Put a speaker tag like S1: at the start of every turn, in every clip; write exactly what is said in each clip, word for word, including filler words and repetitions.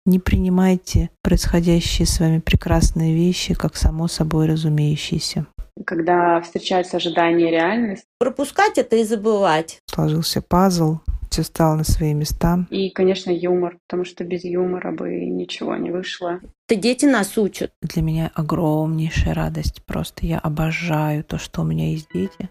S1: Не принимайте происходящие с вами прекрасные вещи как само собой разумеющиеся.
S2: Когда встречаются ожидания и реальность.
S3: Пропускать это и забывать.
S1: Сложился пазл, все стало на свои места.
S2: И, конечно, юмор, потому что без юмора бы ничего не вышло.
S3: Это дети нас учат.
S1: Для меня огромнейшая радость. Просто я обожаю то, что у меня есть дети.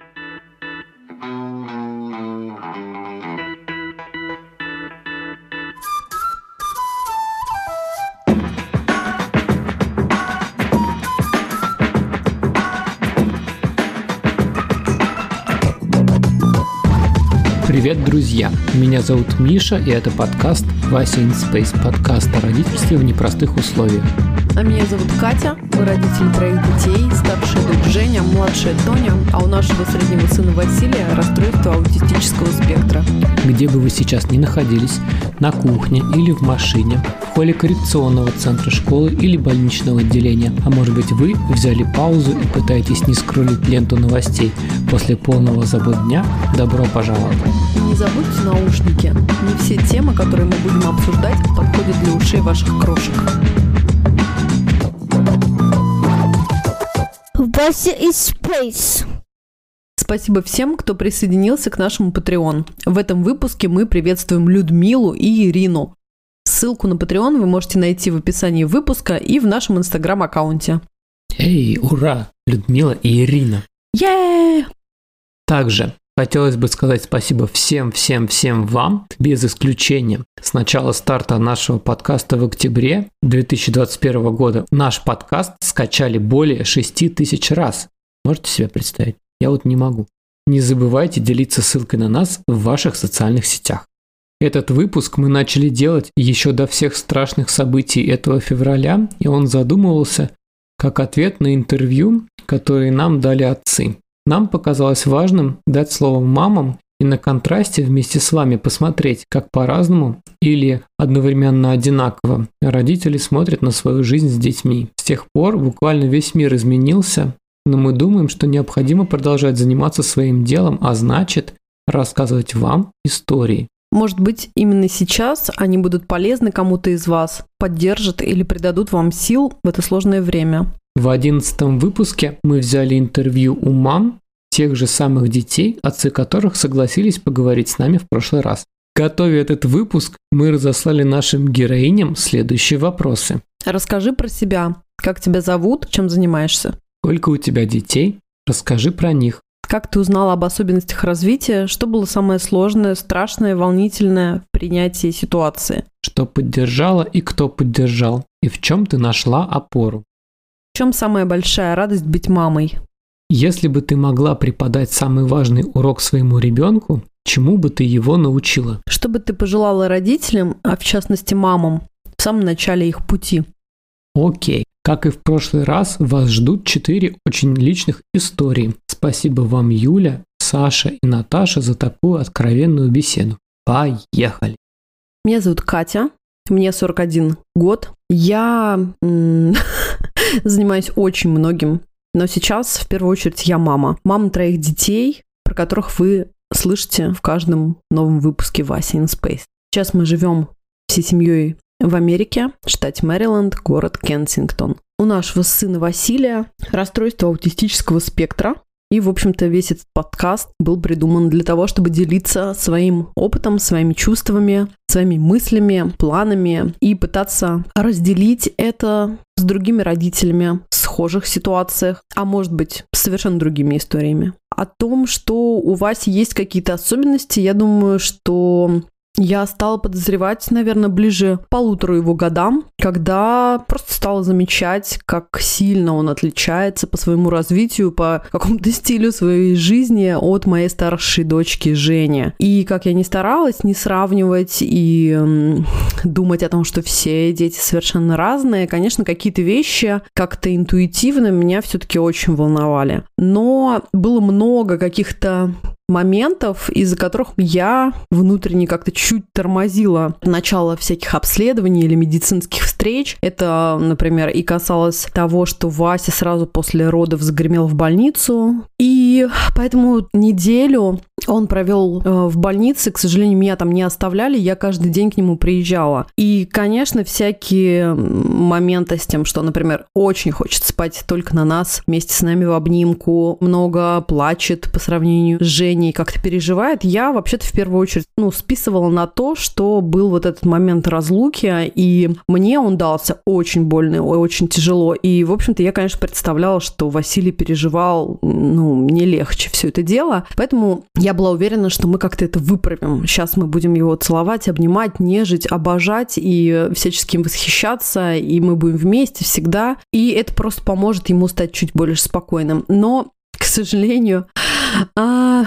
S4: Привет, друзья! Меня зовут Миша, и это подкаст «Вася in Space», подкаст о родительстве в непростых условиях.
S5: А меня зовут Катя, мы родители троих детей, старшая дочь Женя, младшая Тоня, а у нашего среднего сына Василия расстройство аутистического спектра.
S4: Где бы вы сейчас ни находились, на кухне или в машине, в холле коррекционного центра школы или больничного отделения, а может быть вы взяли паузу и пытаетесь не скроллить ленту новостей после полного забот дня, добро пожаловать.
S5: И не забудьте наушники, не все темы, которые мы будем обсуждать, подходят для ушей ваших крошек.
S6: Вася in Space.
S5: Спасибо всем, кто присоединился к нашему Patreon. В этом выпуске мы приветствуем Людмилу и Ирину. Ссылку на Patreon вы можете найти в описании выпуска и в нашем инстаграм-аккаунте.
S4: Эй, ура! Людмила и Ирина.
S5: Е-е-е!
S4: Также хотелось бы сказать спасибо всем-всем-всем вам, без исключения. С начала старта нашего подкаста в октябре две тысячи двадцать первого года наш подкаст скачали более шесть тысяч раз. Можете себе представить? Я вот не могу. Не забывайте делиться ссылкой на нас в ваших социальных сетях. Этот выпуск мы начали делать еще до всех страшных событий этого февраля, и он задумывался как ответ на интервью, которые нам дали отцы. Нам показалось важным дать слово мамам и на контрасте вместе с вами посмотреть, как по-разному или одновременно одинаково родители смотрят на свою жизнь с детьми. С тех пор буквально весь мир изменился, но мы думаем, что необходимо продолжать заниматься своим делом, а значит, рассказывать вам истории.
S5: Может быть, именно сейчас они будут полезны кому-то из вас, поддержат или придадут вам сил в это сложное время.
S4: В одиннадцатом выпуске мы взяли интервью у мам тех же самых детей, отцы которых согласились поговорить с нами в прошлый раз. Готовя этот выпуск, мы разослали нашим героиням следующие вопросы.
S5: Расскажи про себя. Как тебя зовут? Чем занимаешься?
S4: Сколько у тебя детей? Расскажи про них.
S5: Как ты узнала об особенностях развития? Что было самое сложное, страшное, волнительное в принятии ситуации?
S4: Что поддержало и кто поддержал? И в чем ты нашла опору?
S5: В чем самая большая радость быть мамой?
S4: Если бы ты могла преподать самый важный урок своему ребенку, чему бы ты его научила?
S5: Что бы ты пожелала родителям, а в частности мамам, в самом начале их пути?
S4: Окей. Как и в прошлый раз, вас ждут четыре очень личных истории. Спасибо вам, Юля, Саша и Наташа, за такую откровенную беседу. Поехали!
S5: Меня зовут Катя, мне сорок один год. Я м- занимаюсь очень многим, но сейчас в первую очередь я мама. Мама троих детей, про которых вы слышите в каждом новом выпуске Вася in Space. Сейчас мы живем всей семьей в Америке, в штате Мэриленд, город Кенсингтон. У нашего сына Василия расстройство аутистического спектра. И, в общем-то, весь этот подкаст был придуман для того, чтобы делиться своим опытом, своими чувствами, своими мыслями, планами и пытаться разделить это с другими родителями в схожих ситуациях, а может быть, с совершенно другими историями. О том, что у Васи есть какие-то особенности, я думаю, что я стала подозревать, наверное, ближе к полутору его годам, когда просто стала замечать, как сильно он отличается по своему развитию, по какому-то стилю своей жизни от моей старшей дочки Жени. И как я не старалась не сравнивать и м, думать о том, что все дети совершенно разные, конечно, какие-то вещи как-то интуитивно меня все-таки очень волновали. Но было много каких-то моментов, из-за которых я внутренне как-то чуть тормозила начало всяких обследований или медицинских встреч. Это, например, и касалось того, что Вася сразу после родов загремел в больницу. И поэтому неделю он провел в больнице. К сожалению, меня там не оставляли, я каждый день к нему приезжала. И, конечно, всякие моменты с тем, что, например, очень хочет спать только на нас, вместе с нами в обнимку, много плачет по сравнению с Женей, как-то переживает, я вообще-то в первую очередь, ну, списывала на то, что был вот этот момент разлуки, и мне он дался очень больно, очень тяжело. И, в общем-то, я, конечно, представляла, что Василий переживал, ну, не легче все это дело. Поэтому я была уверена, что мы как-то это выправим. Сейчас мы будем его целовать, обнимать, нежить, обожать и всячески им восхищаться, и мы будем вместе всегда. И это просто поможет ему стать чуть более спокойным. Но, к сожалению, а...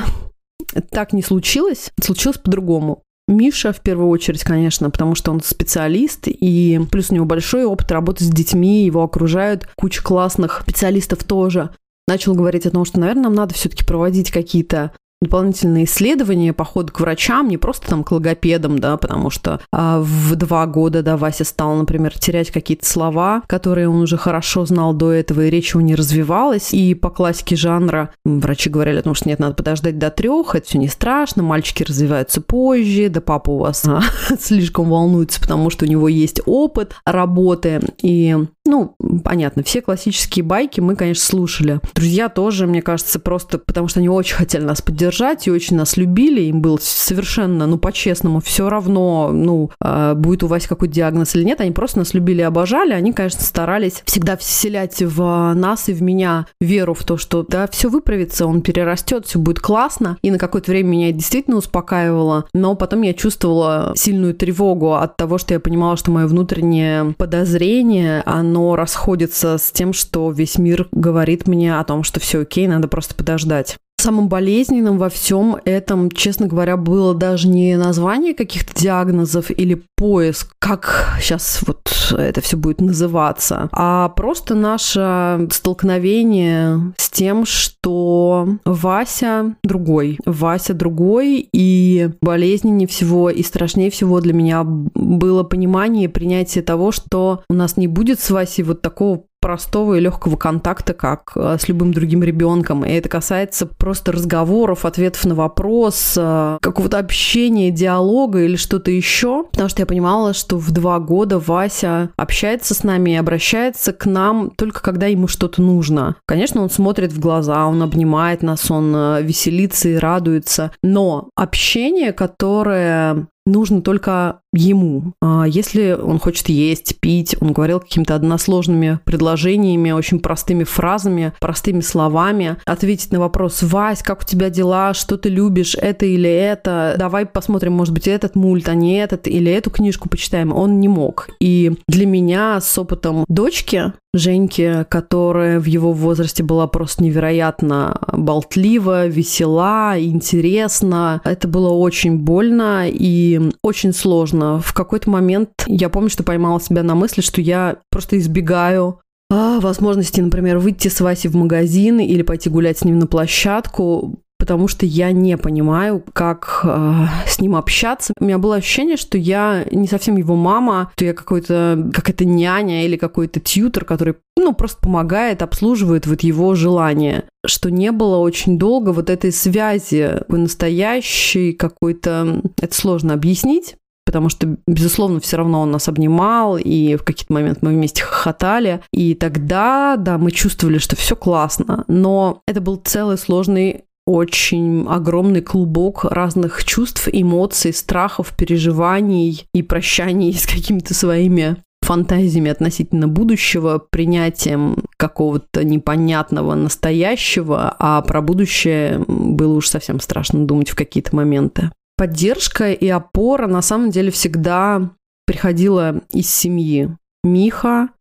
S5: так не случилось. Случилось по-другому. Миша, в первую очередь, конечно, потому что он специалист, и плюс у него большой опыт работы с детьми, его окружают куча классных специалистов тоже. Начал говорить о том, что, наверное, нам надо все-таки проводить какие-то дополнительные исследования, походы к врачам, не просто там к логопедам, да, потому что а, в два года, да, Вася стал, например, терять какие-то слова, которые он уже хорошо знал до этого, и речь его не развивалась, и по классике жанра врачи говорили о том, что нет, надо подождать до трех, это все не страшно, мальчики развиваются позже, да папа у вас а, слишком волнуется, потому что у него есть опыт работы, и, ну, понятно, все классические байки мы, конечно, слушали. Друзья тоже, мне кажется, просто потому что они очень хотели нас поддержать, и очень нас любили, им было совершенно, ну, по-честному, все равно, ну, э, будет у Васи какой-то диагноз или нет, они просто нас любили и обожали, они, конечно, старались всегда вселять в нас и в меня веру в то, что, да, все выправится, он перерастет, все будет классно, и на какое-то время меня это действительно успокаивало, но потом я чувствовала сильную тревогу от того, что я понимала, что мое внутреннее подозрение, оно расходится с тем, что весь мир говорит мне о том, что все окей, надо просто подождать. Самым болезненным во всем этом, честно говоря, было даже не название каких-то диагнозов или поиск, как сейчас вот это все будет называться, а просто наше столкновение с тем, что Вася другой. Вася другой, и болезненнее всего и страшнее всего для меня было понимание и принятие того, что у нас не будет с Васей вот такого простого и легкого контакта, как с любым другим ребенком. И это касается просто разговоров, ответов на вопрос, какого-то общения, диалога или что-то еще. Потому что я понимала, что в два года Вася общается с нами и обращается к нам только когда ему что-то нужно. Конечно, он смотрит в глаза, он обнимает нас, он веселится и радуется. Но общение, которое нужно только ему. Если он хочет есть, пить, он говорил какими-то односложными предложениями, очень простыми фразами, простыми словами. Ответить на вопрос: «Вась, как у тебя дела? Что ты любишь? Это или это? Давай посмотрим, может быть, этот мульт, а не этот, или эту книжку почитаем». Он не мог. И для меня с опытом дочки, Женьки, которая в его возрасте была просто невероятно болтлива, весела, интересна, это было очень больно и очень сложно. В какой-то момент я помню, что поймала себя на мысли, что я просто избегаю а, возможности, например, выйти с Васей в магазин или пойти гулять с ним на площадку, потому что я не понимаю, как э, с ним общаться. У меня было ощущение, что я не совсем его мама, что я какой-то, какая-то няня или какой-то тьютер, который, ну, просто помогает, обслуживает вот его желания. Что не было очень долго вот этой связи настоящей какой-то... Это сложно объяснить, потому что, безусловно, все равно он нас обнимал, и в какие-то моменты мы вместе хохотали. И тогда, да, мы чувствовали, что все классно. Но это был целый сложный, очень огромный клубок разных чувств, эмоций, страхов, переживаний и прощаний с какими-то своими фантазиями относительно будущего, принятием какого-то непонятного настоящего, а про будущее было уж совсем страшно думать в какие-то моменты. Поддержка и опора на самом деле всегда приходила из семьи. Миха,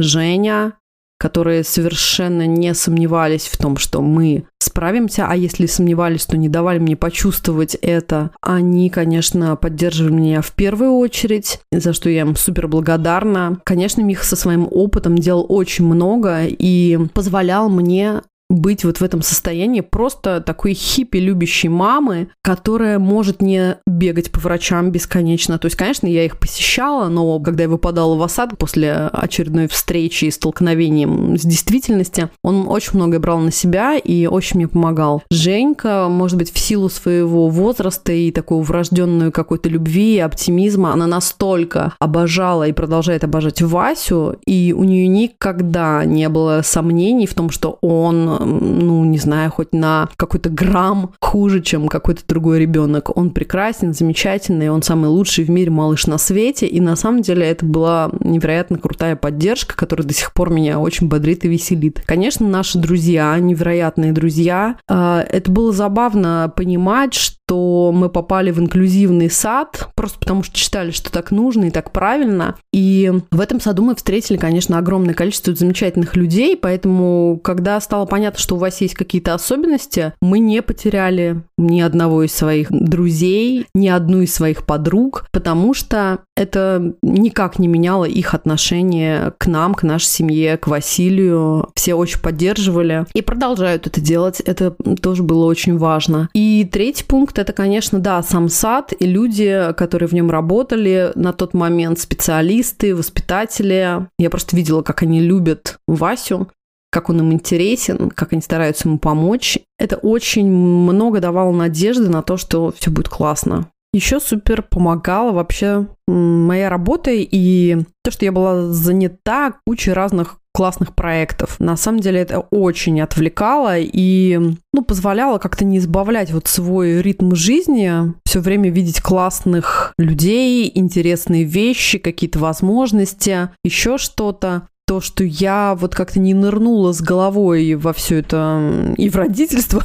S5: Женя, которые совершенно не сомневались в том, что мы справимся, а если сомневались, то не давали мне почувствовать это. Они, конечно, поддерживали меня в первую очередь, за что я им супер благодарна. Конечно, Миха со своим опытом делал очень много и позволял мне быть вот в этом состоянии просто такой хиппи любящей мамы, которая может не бегать по врачам бесконечно. То есть, конечно, я их посещала, но когда я выпадала в осадок после очередной встречи и столкновением с действительностью, он очень многое брал на себя и очень мне помогал. Женька, может быть, в силу своего возраста и такой врожденной какой-то любви и оптимизма, она настолько обожала и продолжает обожать Васю, и у нее никогда не было сомнений в том, что он, ну, не знаю, хоть на какой-то грамм хуже, чем какой-то другой ребенок. Он прекрасен, замечательный, он самый лучший в мире малыш на свете, и на самом деле это была невероятно крутая поддержка, которая до сих пор меня очень бодрит и веселит. Конечно, наши друзья, невероятные друзья. Это было забавно понимать, что мы попали в инклюзивный сад, просто потому что считали, что так нужно и так правильно. И в этом саду мы встретили, конечно, огромное количество замечательных людей, поэтому, когда стало понятно, что у вас есть какие-то особенности, мы не потеряли ни одного из своих друзей, ни одну из своих подруг, потому что это никак не меняло их отношение к нам, к нашей семье, к Василию. Все очень поддерживали и продолжают это делать. Это тоже было очень важно. И третий пункт — это, конечно, да, сам сад и люди, которые в нем работали на тот момент, специалисты, воспитатели. Я просто видела, как они любят Васю, как он им интересен, как они стараются ему помочь. Это очень много давало надежды на то, что все будет классно. Еще супер помогала вообще моя работа и то, что я была занята кучей разных классных проектов. На самом деле это очень отвлекало и, ну, позволяло как-то не избавлять вот свой ритм жизни, все время видеть классных людей, интересные вещи, какие-то возможности, еще что-то. То, что я вот как-то не нырнула с головой во все это и в родительство,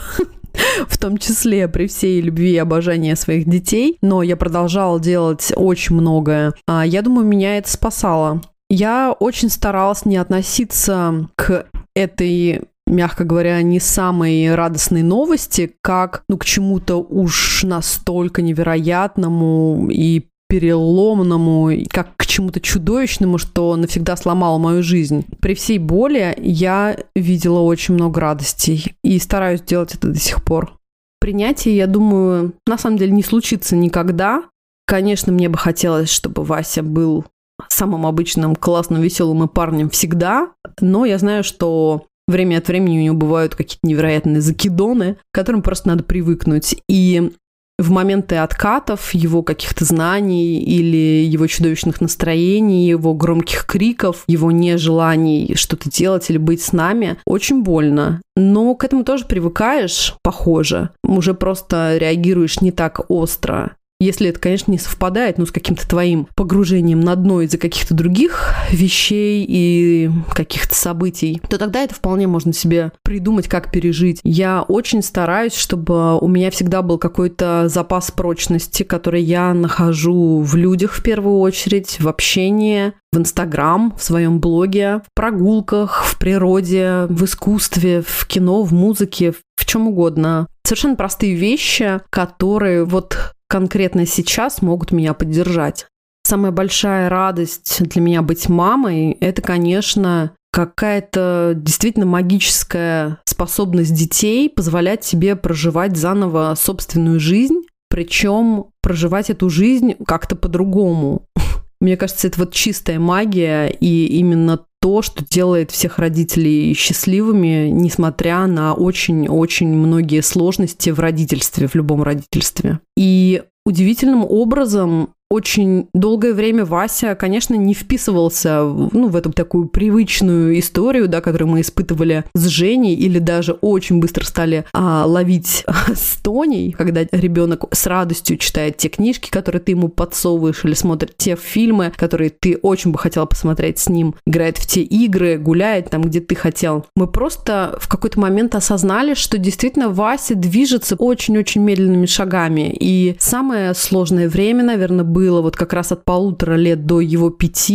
S5: в том числе при всей любви и обожании своих детей, но я продолжала делать очень многое. Я думаю, меня это спасало. Я очень старалась не относиться к этой, мягко говоря, не самой радостной новости, как, ну, к чему-то уж настолько невероятному и переломному, как к чему-то чудовищному, что навсегда сломало мою жизнь. При всей боли я видела очень много радостей и стараюсь делать это до сих пор. Принятие, я думаю, на самом деле не случится никогда. Конечно, мне бы хотелось, чтобы Вася был самым обычным, классным, веселым и парнем всегда, но я знаю, что время от времени у него бывают какие-то невероятные закидоны, к которым просто надо привыкнуть. И в моменты откатов его каких-то знаний или его чудовищных настроений, его громких криков, его нежеланий что-то делать или быть с нами, очень больно. Но к этому тоже привыкаешь, похоже. Уже просто реагируешь не так остро. Если это, конечно, не совпадает, ну, с каким-то твоим погружением на дно из-за каких-то других вещей и каких-то событий, то тогда это вполне можно себе придумать, как пережить. Я очень стараюсь, чтобы у меня всегда был какой-то запас прочности, который я нахожу в людях в первую очередь, в общении, в Инстаграм, в своем блоге, в прогулках, в природе, в искусстве, в кино, в музыке, в чем угодно. Совершенно простые вещи, которые вот конкретно сейчас могут меня поддержать. Самая большая радость для меня быть мамой – это, конечно, какая-то действительно магическая способность детей позволять себе проживать заново собственную жизнь, причем проживать эту жизнь как-то по-другому. Мне кажется, это вот чистая магия и именно то, что делает всех родителей счастливыми, несмотря на очень-очень многие сложности в родительстве, в любом родительстве. И удивительным образом очень долгое время Вася, конечно, не вписывался ну, в эту такую привычную историю, да, которую мы испытывали с Женей, или даже очень быстро стали а, ловить с Тоней, когда ребенок с радостью читает те книжки, которые ты ему подсовываешь, или смотрит те фильмы, которые ты очень бы хотела посмотреть с ним, играет в те игры, гуляет там, где ты хотел. Мы просто в какой-то момент осознали, что действительно Вася движется очень-очень медленными шагами, и самое сложное время, наверное, было вот как раз от полутора лет до его пяти,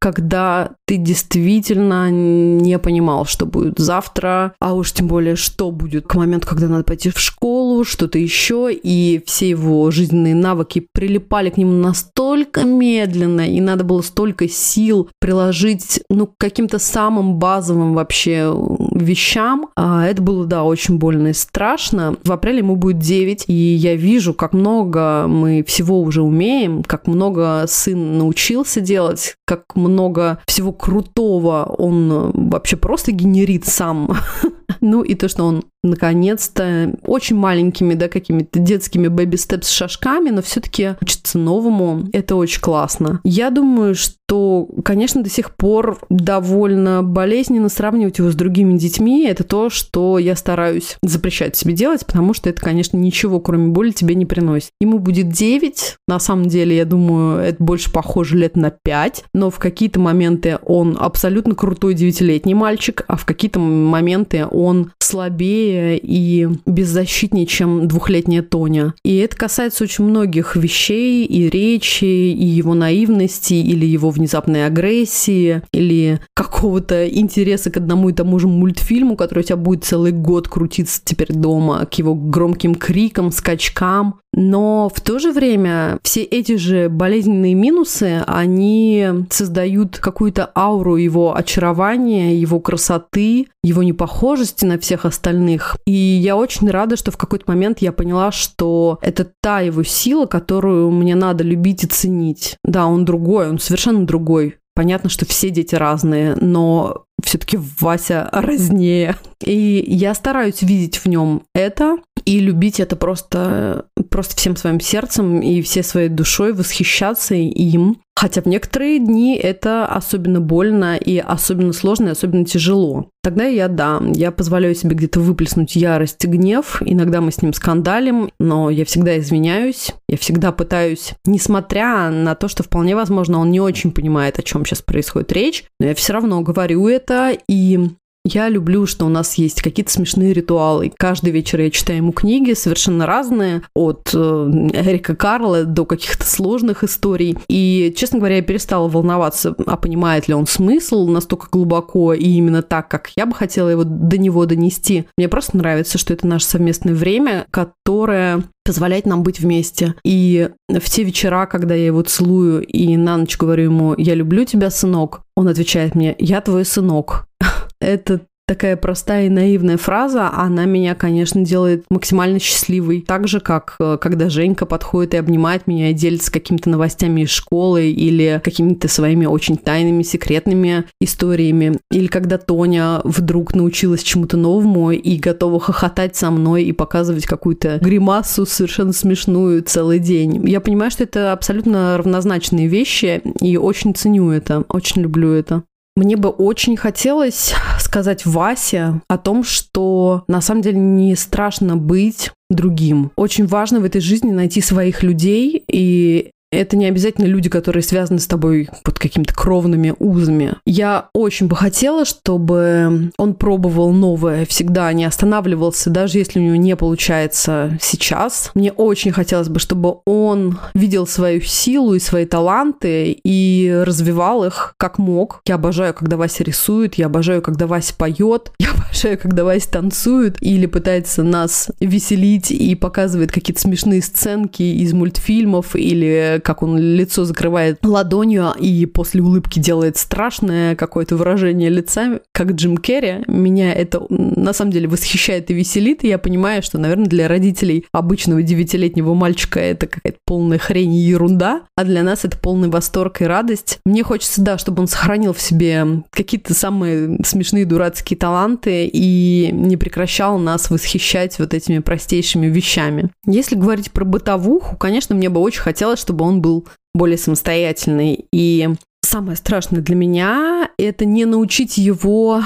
S5: когда ты действительно не понимал, что будет завтра, а уж тем более, что будет к моменту, когда надо пойти в школу, что-то еще, и все его жизненные навыки прилипали к нему настолько медленно, и надо было столько сил приложить, ну, к каким-то самым базовым вообще вещам. А это было, да, очень больно и страшно. В апреле ему будет девять, и я вижу, как много мы всего уже умеем, как много сын научился делать, как много всего крутого он вообще просто генерит сам. Ну и то, что он наконец-то очень маленькими, да, какими-то детскими бэби-степс шажками, но все-таки учится новому. Это очень классно. Я думаю, что, конечно, до сих пор довольно болезненно сравнивать его с другими детьми. Это то, что я стараюсь запрещать себе делать, потому что это, конечно, ничего, кроме боли, тебе не приносит. Ему будет девять. На самом деле, я думаю, это больше похоже лет на пять. Но в какие-то моменты он абсолютно крутой девятилетний мальчик, а в какие-то моменты он слабее и беззащитнее, чем двухлетняя Тоня. И это касается очень многих вещей, и речи, и его наивности, или его внезапной агрессии, или какого-то интереса к одному и тому же мультфильму, который у тебя будет целый год крутиться теперь дома, к его громким крикам, скачкам. Но в то же время все эти же болезненные минусы, они создают какую-то ауру его очарования, его красоты, его непохожести на всех остальных. И я очень рада, что в какой-то момент я поняла, что это та его сила, которую мне надо любить и ценить. Да, он другой, он совершенно другой. Понятно, что все дети разные, но все-таки Вася разнее. И я стараюсь видеть в нем это и любить это просто, просто всем своим сердцем и всей своей душой, восхищаться им. Хотя в некоторые дни это особенно больно и особенно сложно, и особенно тяжело. Тогда я, да, я позволяю себе где-то выплеснуть ярость и гнев. Иногда мы с ним скандалим, но я всегда извиняюсь. Я всегда пытаюсь, несмотря на то, что вполне возможно, он не очень понимает, о чем сейчас происходит речь, но я все равно говорю это, и я люблю, что у нас есть какие-то смешные ритуалы. Каждый вечер я читаю ему книги совершенно разные, от э, Эрика Карла до каких-то сложных историй. И, честно говоря, я перестала волноваться, а понимает ли он смысл настолько глубоко и именно так, как я бы хотела его до него донести. Мне просто нравится, что это наше совместное время, которое позволяет нам быть вместе. И в те вечера, когда я его целую и на ночь говорю ему «Я люблю тебя, сынок», он отвечает мне «Я твой сынок». Это такая простая и наивная фраза, она меня, конечно, делает максимально счастливой. Так же, как когда Женька подходит и обнимает меня и делится какими-то новостями из школы или какими-то своими очень тайными, секретными историями. Или когда Тоня вдруг научилась чему-то новому и готова хохотать со мной и показывать какую-то гримасу совершенно смешную целый день. Я понимаю, что это абсолютно равнозначные вещи и очень ценю это, очень люблю это. Мне бы очень хотелось сказать Васе о том, что на самом деле не страшно быть другим. Очень важно в этой жизни найти своих людей, и это не обязательно люди, которые связаны с тобой под какими-то кровными узами. Я очень бы хотела, чтобы он пробовал новое всегда, не останавливался, даже если у него не получается сейчас. Мне очень хотелось бы, чтобы он видел свою силу и свои таланты и развивал их как мог. Я обожаю, когда Вася рисует, я обожаю, когда Вася поет, я обожаю, когда Вася танцует или пытается нас веселить и показывает какие-то смешные сценки из мультфильмов или как он лицо закрывает ладонью и после улыбки делает страшное какое-то выражение лица, как Джим Керри. Меня это на самом деле восхищает и веселит, и я понимаю, что, наверное, для родителей обычного девятилетнего мальчика это какая-то полная хрень и ерунда, а для нас это полный восторг и радость. Мне хочется, да, чтобы он сохранил в себе какие-то самые смешные дурацкие таланты и не прекращал нас восхищать вот этими простейшими вещами. Если говорить про бытовуху, конечно, мне бы очень хотелось, чтобы он был более самостоятельный. И самое страшное для меня – это не научить его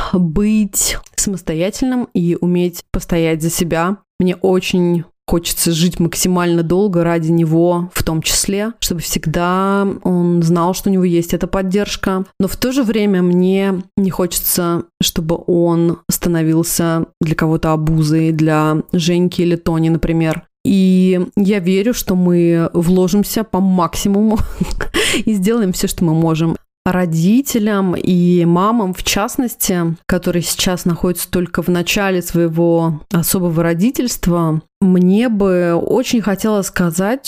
S5: быть самостоятельным и уметь постоять за себя. Мне очень хочется жить максимально долго ради него, в том числе, чтобы всегда он знал, что у него есть эта поддержка. Но в то же время мне не хочется, чтобы он становился для кого-то обузой, для Женьки или Тони, например. И я верю, что мы вложимся по максимуму и сделаем все, что мы можем. родителям и мамам, в частности, которые сейчас находятся только в начале своего особого родительства, мне бы очень хотелось сказать,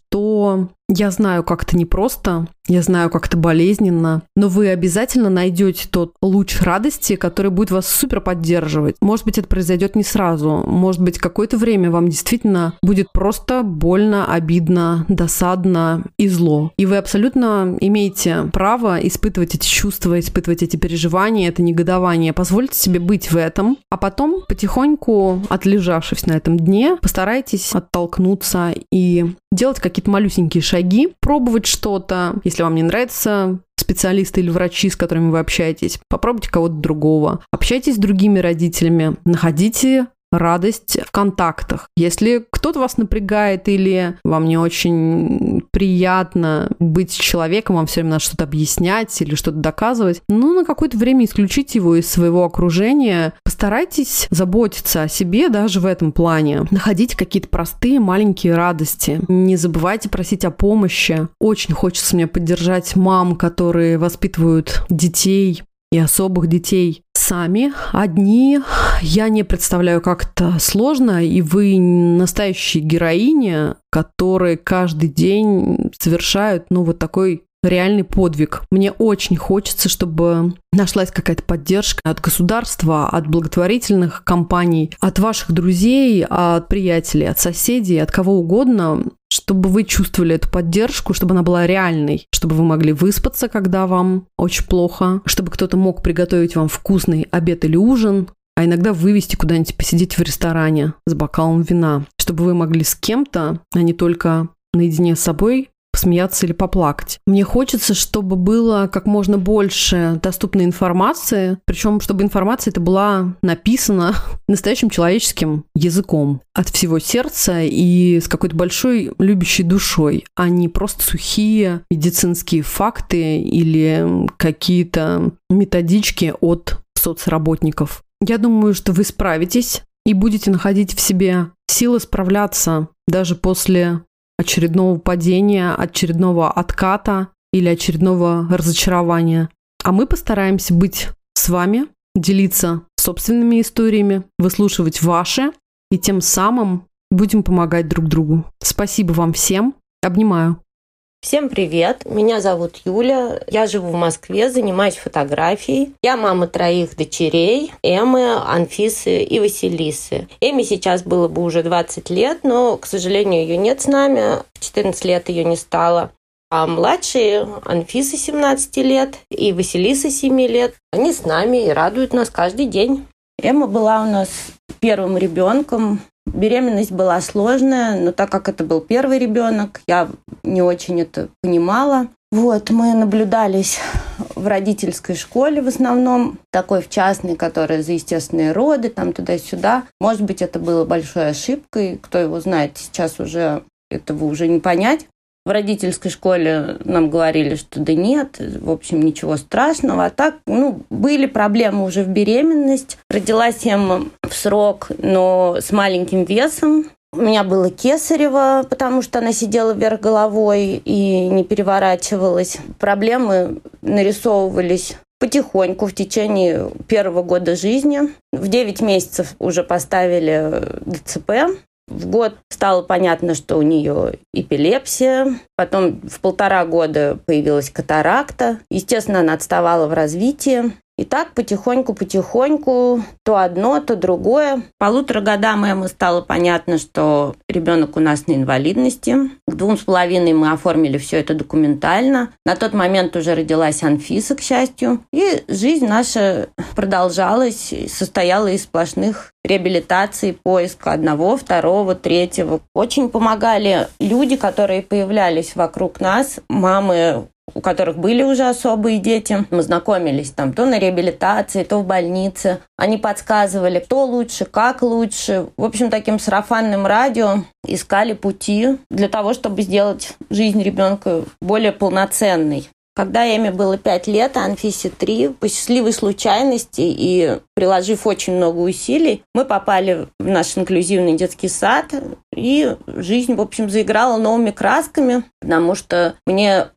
S5: что я знаю, как это непросто, я знаю, как это болезненно, но вы обязательно найдете тот луч радости, который будет вас супер поддерживать. Может быть, это произойдет не сразу, может быть, какое-то время вам действительно будет просто больно, обидно, досадно и зло. И вы абсолютно имеете право испытывать эти чувства, испытывать эти переживания, это негодование. Позвольте себе быть в этом, а потом, потихоньку, отлежавшись на этом дне, постарайтесь оттолкнуться и делать какие-то малюсенькие шаги, пробовать что-то. Если вам не нравятся специалисты или врачи, с которыми вы общаетесь, попробуйте кого-то другого. Общайтесь с другими родителями, находите радость в контактах. Если кто-то вас напрягает или вам не очень приятно быть с человеком, вам все время надо что-то объяснять или что-то доказывать, ну, на какое-то время исключите его из своего окружения. Постарайтесь заботиться о себе даже в этом плане. Находите какие-то простые маленькие радости. Не забывайте просить о помощи. Очень хочется мне поддержать мам, которые воспитывают детей и особых детей сами, одни. Я не представляю, как это сложно, и вы настоящие героини, которые каждый день совершают, ну, вот такой реальный подвиг. Мне очень хочется, чтобы нашлась какая-то поддержка от государства, от благотворительных компаний, от ваших друзей, от приятелей, от соседей, от кого угодно, чтобы вы чувствовали эту поддержку, чтобы она была реальной, чтобы вы могли выспаться, когда вам очень плохо, чтобы кто-то мог приготовить вам вкусный обед или ужин, а иногда вывести куда-нибудь посидеть в ресторане с бокалом вина, чтобы вы могли с кем-то, а не только наедине с собой, посмеяться или поплакать. Мне хочется, чтобы было как можно больше доступной информации, причем чтобы информация эта была написана настоящим человеческим языком от всего сердца и с какой-то большой любящей душой, а не просто сухие медицинские факты или какие-то методички от соцработников. Я думаю, что вы справитесь и будете находить в себе силы справляться даже после очередного падения, очередного отката или очередного разочарования. А мы постараемся быть с вами, делиться собственными историями, выслушивать ваши, и тем самым будем помогать друг другу. Спасибо вам всем. Обнимаю.
S3: Всем привет, меня зовут Юля, я живу в Москве, занимаюсь фотографией. Я мама троих дочерей, Эммы, Анфисы и Василисы. Эмме сейчас было бы уже двадцать лет, но, к сожалению, ее нет с нами, в четырнадцать лет ее не стало. А младшие, Анфиса семнадцать лет и Василиса семь лет, они с нами и радуют нас каждый день. Эмма была у нас первым ребенком. Беременность была сложная, но так как это был первый ребенок, я не очень это понимала. Вот, мы наблюдались в родительской школе в основном, такой в частной, которая за естественные роды, там туда-сюда. Может быть, это было большой ошибкой, кто его знает, сейчас уже этого уже не понять. В родительской школе нам говорили, что да нет, в общем, ничего страшного. А так, ну, были проблемы уже в беременность. Родилась Эмма в срок, но с маленьким весом. У меня было кесарево, потому что она сидела вверх головой и не переворачивалась. Проблемы нарисовывались потихоньку в течение первого года жизни. В девять месяцев уже поставили ДЦП. В год стало понятно, что у нее эпилепсия. Потом в полтора года появилась катаракта. Естественно, она отставала в развитии. И так потихоньку-потихоньку то одно, то другое. К полутора годам Эммы стало понятно, что ребенок у нас на инвалидности. К двум с половиной мы оформили все это документально. На тот момент уже родилась Анфиса, к счастью. И жизнь наша продолжалась, состояла из сплошных реабилитаций, поиска одного, второго, третьего. Очень помогали люди, которые появлялись вокруг нас, мамы, у которых были уже особые дети. Мы знакомились там то на реабилитации, то в больнице. Они подсказывали, кто лучше, как лучше. В общем, таким сарафанным радио искали пути для того, чтобы сделать жизнь ребенка более полноценной. Когда Эме было пять лет, а Анфисе три, по счастливой случайности и приложив очень много усилий, мы попали в наш инклюзивный детский сад, и жизнь, в общем, заиграла новыми красками, потому что мне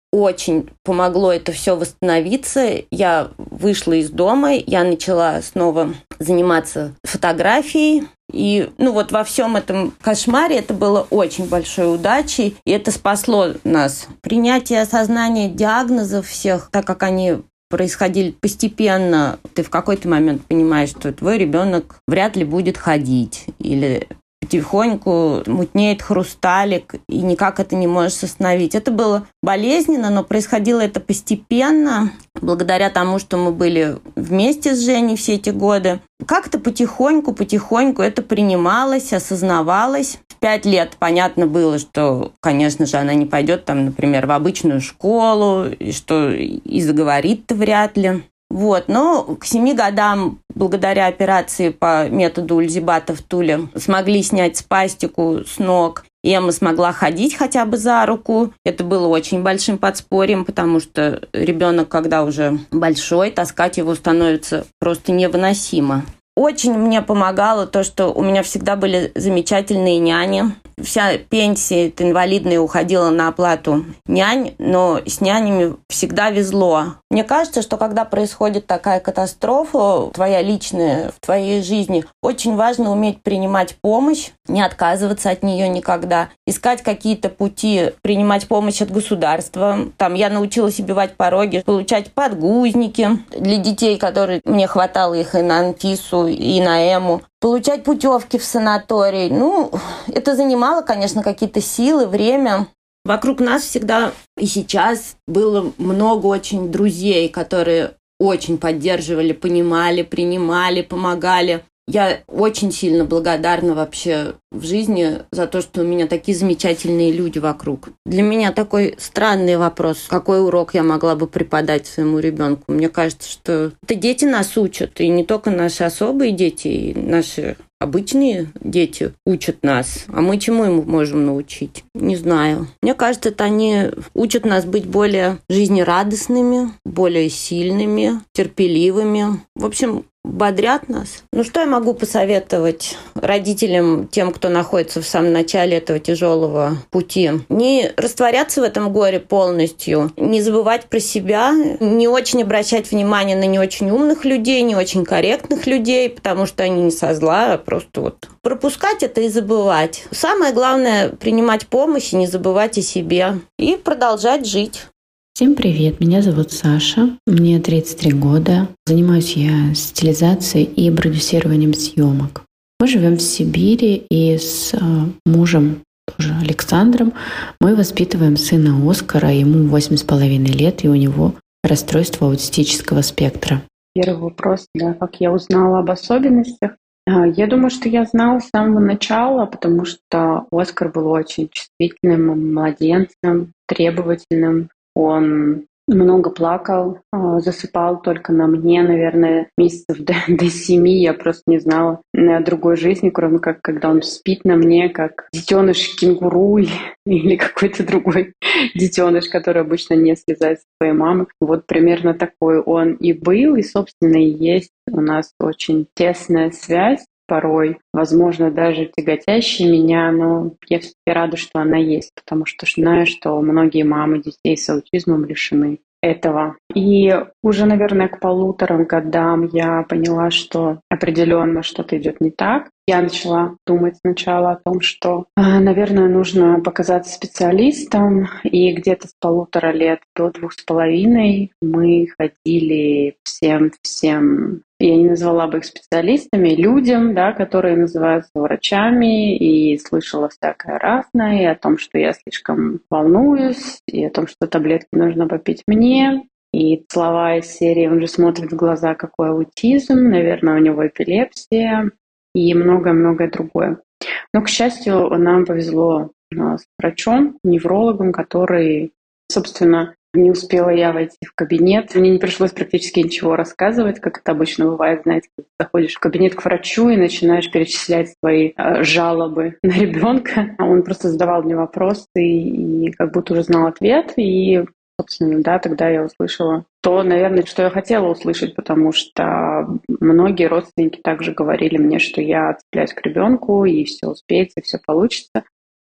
S3: очень помогло это все восстановиться. Я вышла из дома, я начала снова заниматься фотографией. И ну вот во всем этом кошмаре это было очень большой удачей, и это спасло нас. Принятие, осознание диагнозов всех, так как они происходили постепенно, ты в какой-то момент понимаешь, что твой ребенок вряд ли будет ходить, или потихоньку мутнеет хрусталик, и никак это не можешь остановить. Это было болезненно, но происходило это постепенно, благодаря тому, что мы были вместе с Женей все эти годы. Как-то потихоньку, потихоньку это принималось, осознавалось. В пять лет понятно было, что, конечно же, она не пойдет, там, например, в обычную школу, и что и заговорит-то вряд ли. Вот, но к семи годам, благодаря операции по методу Ульзибата в Туле, смогли снять спастику с ног. Эмма смогла ходить хотя бы за руку. Это было очень большим подспорьем, потому что ребенок, когда уже большой, таскать его становится просто невыносимо. Очень мне помогало то, что у меня всегда были замечательные няни. Вся пенсия инвалидная уходила на оплату нянь, но с нянями всегда везло. Мне кажется, что когда происходит такая катастрофа, твоя личная, в твоей жизни, очень важно уметь принимать помощь, не отказываться от нее никогда, искать какие-то пути, принимать помощь от государства. Там я научилась обивать пороги, получать подгузники для детей, которые мне хватало их и на Анфису, и на Эму. Получать путевки в санаторий. Ну, это занимало, конечно, какие-то силы, время. Вокруг нас всегда и сейчас было много очень друзей, которые очень поддерживали, понимали, принимали, помогали. Я очень сильно благодарна вообще в жизни за то, что у меня такие замечательные люди вокруг. Для меня такой странный вопрос, какой урок я могла бы преподать своему ребенку. Мне кажется, что это дети нас учат, и не только наши особые дети, и наши обычные дети учат нас. А мы чему им можем научить? Не знаю. Мне кажется, это они учат нас быть более жизнерадостными, более сильными, терпеливыми. В общем, бодрят нас. Ну, что я могу посоветовать родителям, тем, кто находится в самом начале этого тяжелого пути? Не растворяться в этом горе полностью, не забывать про себя, не очень обращать внимание на не очень умных людей, не очень корректных людей, потому что они не со зла, а просто вот пропускать это и забывать. Самое главное — принимать помощь и не забывать о себе. И продолжать жить.
S7: Всем привет, меня зовут Саша, мне тридцать три года, занимаюсь я стилизацией и продюсированием съемок. Мы живем в Сибири, и с мужем, тоже Александром, мы воспитываем сына Оскара, ему восемь с половиной лет, и у него расстройство аутистического спектра.
S2: Первый вопрос, да, как я узнала об особенностях. Я думаю, что я знала с самого начала, потому что Оскар был очень чувствительным младенцем, требовательным. Он много плакал, засыпал только на мне, наверное, месяцев до, до семи. Я просто не знала другой жизни, кроме как когда он спит на мне, как детеныш кенгуру или какой-то другой детеныш, который обычно не слезает с своей мамы. Вот примерно такой он и был, и, собственно, и есть у нас очень тесная связь. Порой, возможно, даже тяготящая меня, но я все-таки рада, что она есть, потому что знаю, что многие мамы детей с аутизмом лишены этого. И уже, наверное, к полуторам годам я поняла, что определенно что-то идет не так. Я начала думать сначала о том, что, наверное, нужно показаться специалистом. И где-то с полутора лет до двух с половиной мы ходили всем-всем, я не назвала бы их специалистами, людям, да, которые называются врачами, и слышала всякое разное, и о том, что я слишком волнуюсь, и о том, что таблетки нужно попить мне. И слова из серии «Он же смотрит в глаза, какой аутизм», наверное, у него эпилепсия и многое-многое другое. Но, к счастью, нам повезло с врачом, неврологом, который, собственно, не успела я войти в кабинет. Мне не пришлось практически ничего рассказывать, как это обычно бывает, знаете, когда ты заходишь в кабинет к врачу и начинаешь перечислять свои э, жалобы на ребенка. А он просто задавал мне вопросы и, и как будто уже знал ответ. И, собственно, да, тогда я услышала то, наверное, что я хотела услышать, потому что многие родственники также говорили мне, что я цепляюсь к ребенку, и все успеется, и все получится.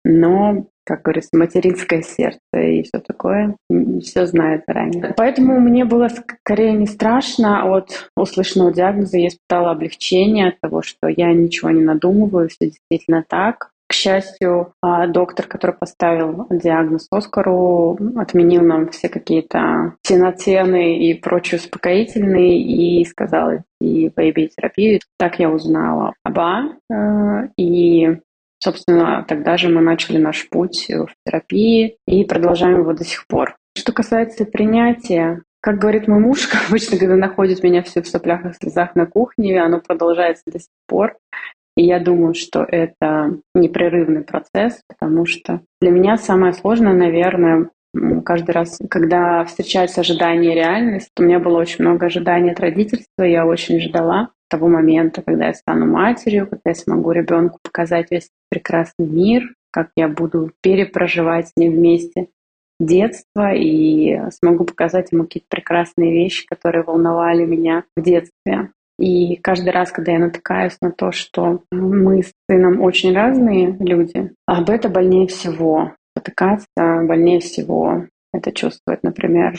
S2: но, как говорится, материнское сердце и все такое, все знает заранее. Поэтому мне было скорее не страшно от услышанного диагноза. Я испытала облегчение от того, что я ничего не надумываю, все действительно так. К счастью, доктор, который поставил диагноз Оскару, отменил нам все какие-то синотены и прочие успокоительные и сказал идти в эй би ай-терапию. Так я узнала об А. И, собственно, тогда же мы начали наш путь в терапии и продолжаем его до сих пор. Что касается принятия, как говорит мой муж, обычно, когда находит меня все в соплях и слезах на кухне, оно продолжается до сих пор. И я думаю, что это непрерывный процесс, потому что для меня самое сложное, наверное, каждый раз, когда встречаются ожидания и реальность, у меня было очень много ожиданий от родительства, я очень ждала того момента, когда я стану матерью, когда я смогу ребенку показать весь прекрасный мир, как я буду перепроживать с ним вместе детство и смогу показать ему какие-то прекрасные вещи, которые волновали меня в детстве. И каждый раз, когда я натыкаюсь на то, что мы с сыном очень разные люди, об этом больнее всего. Потыкаться больнее всего это чувствовать. Например,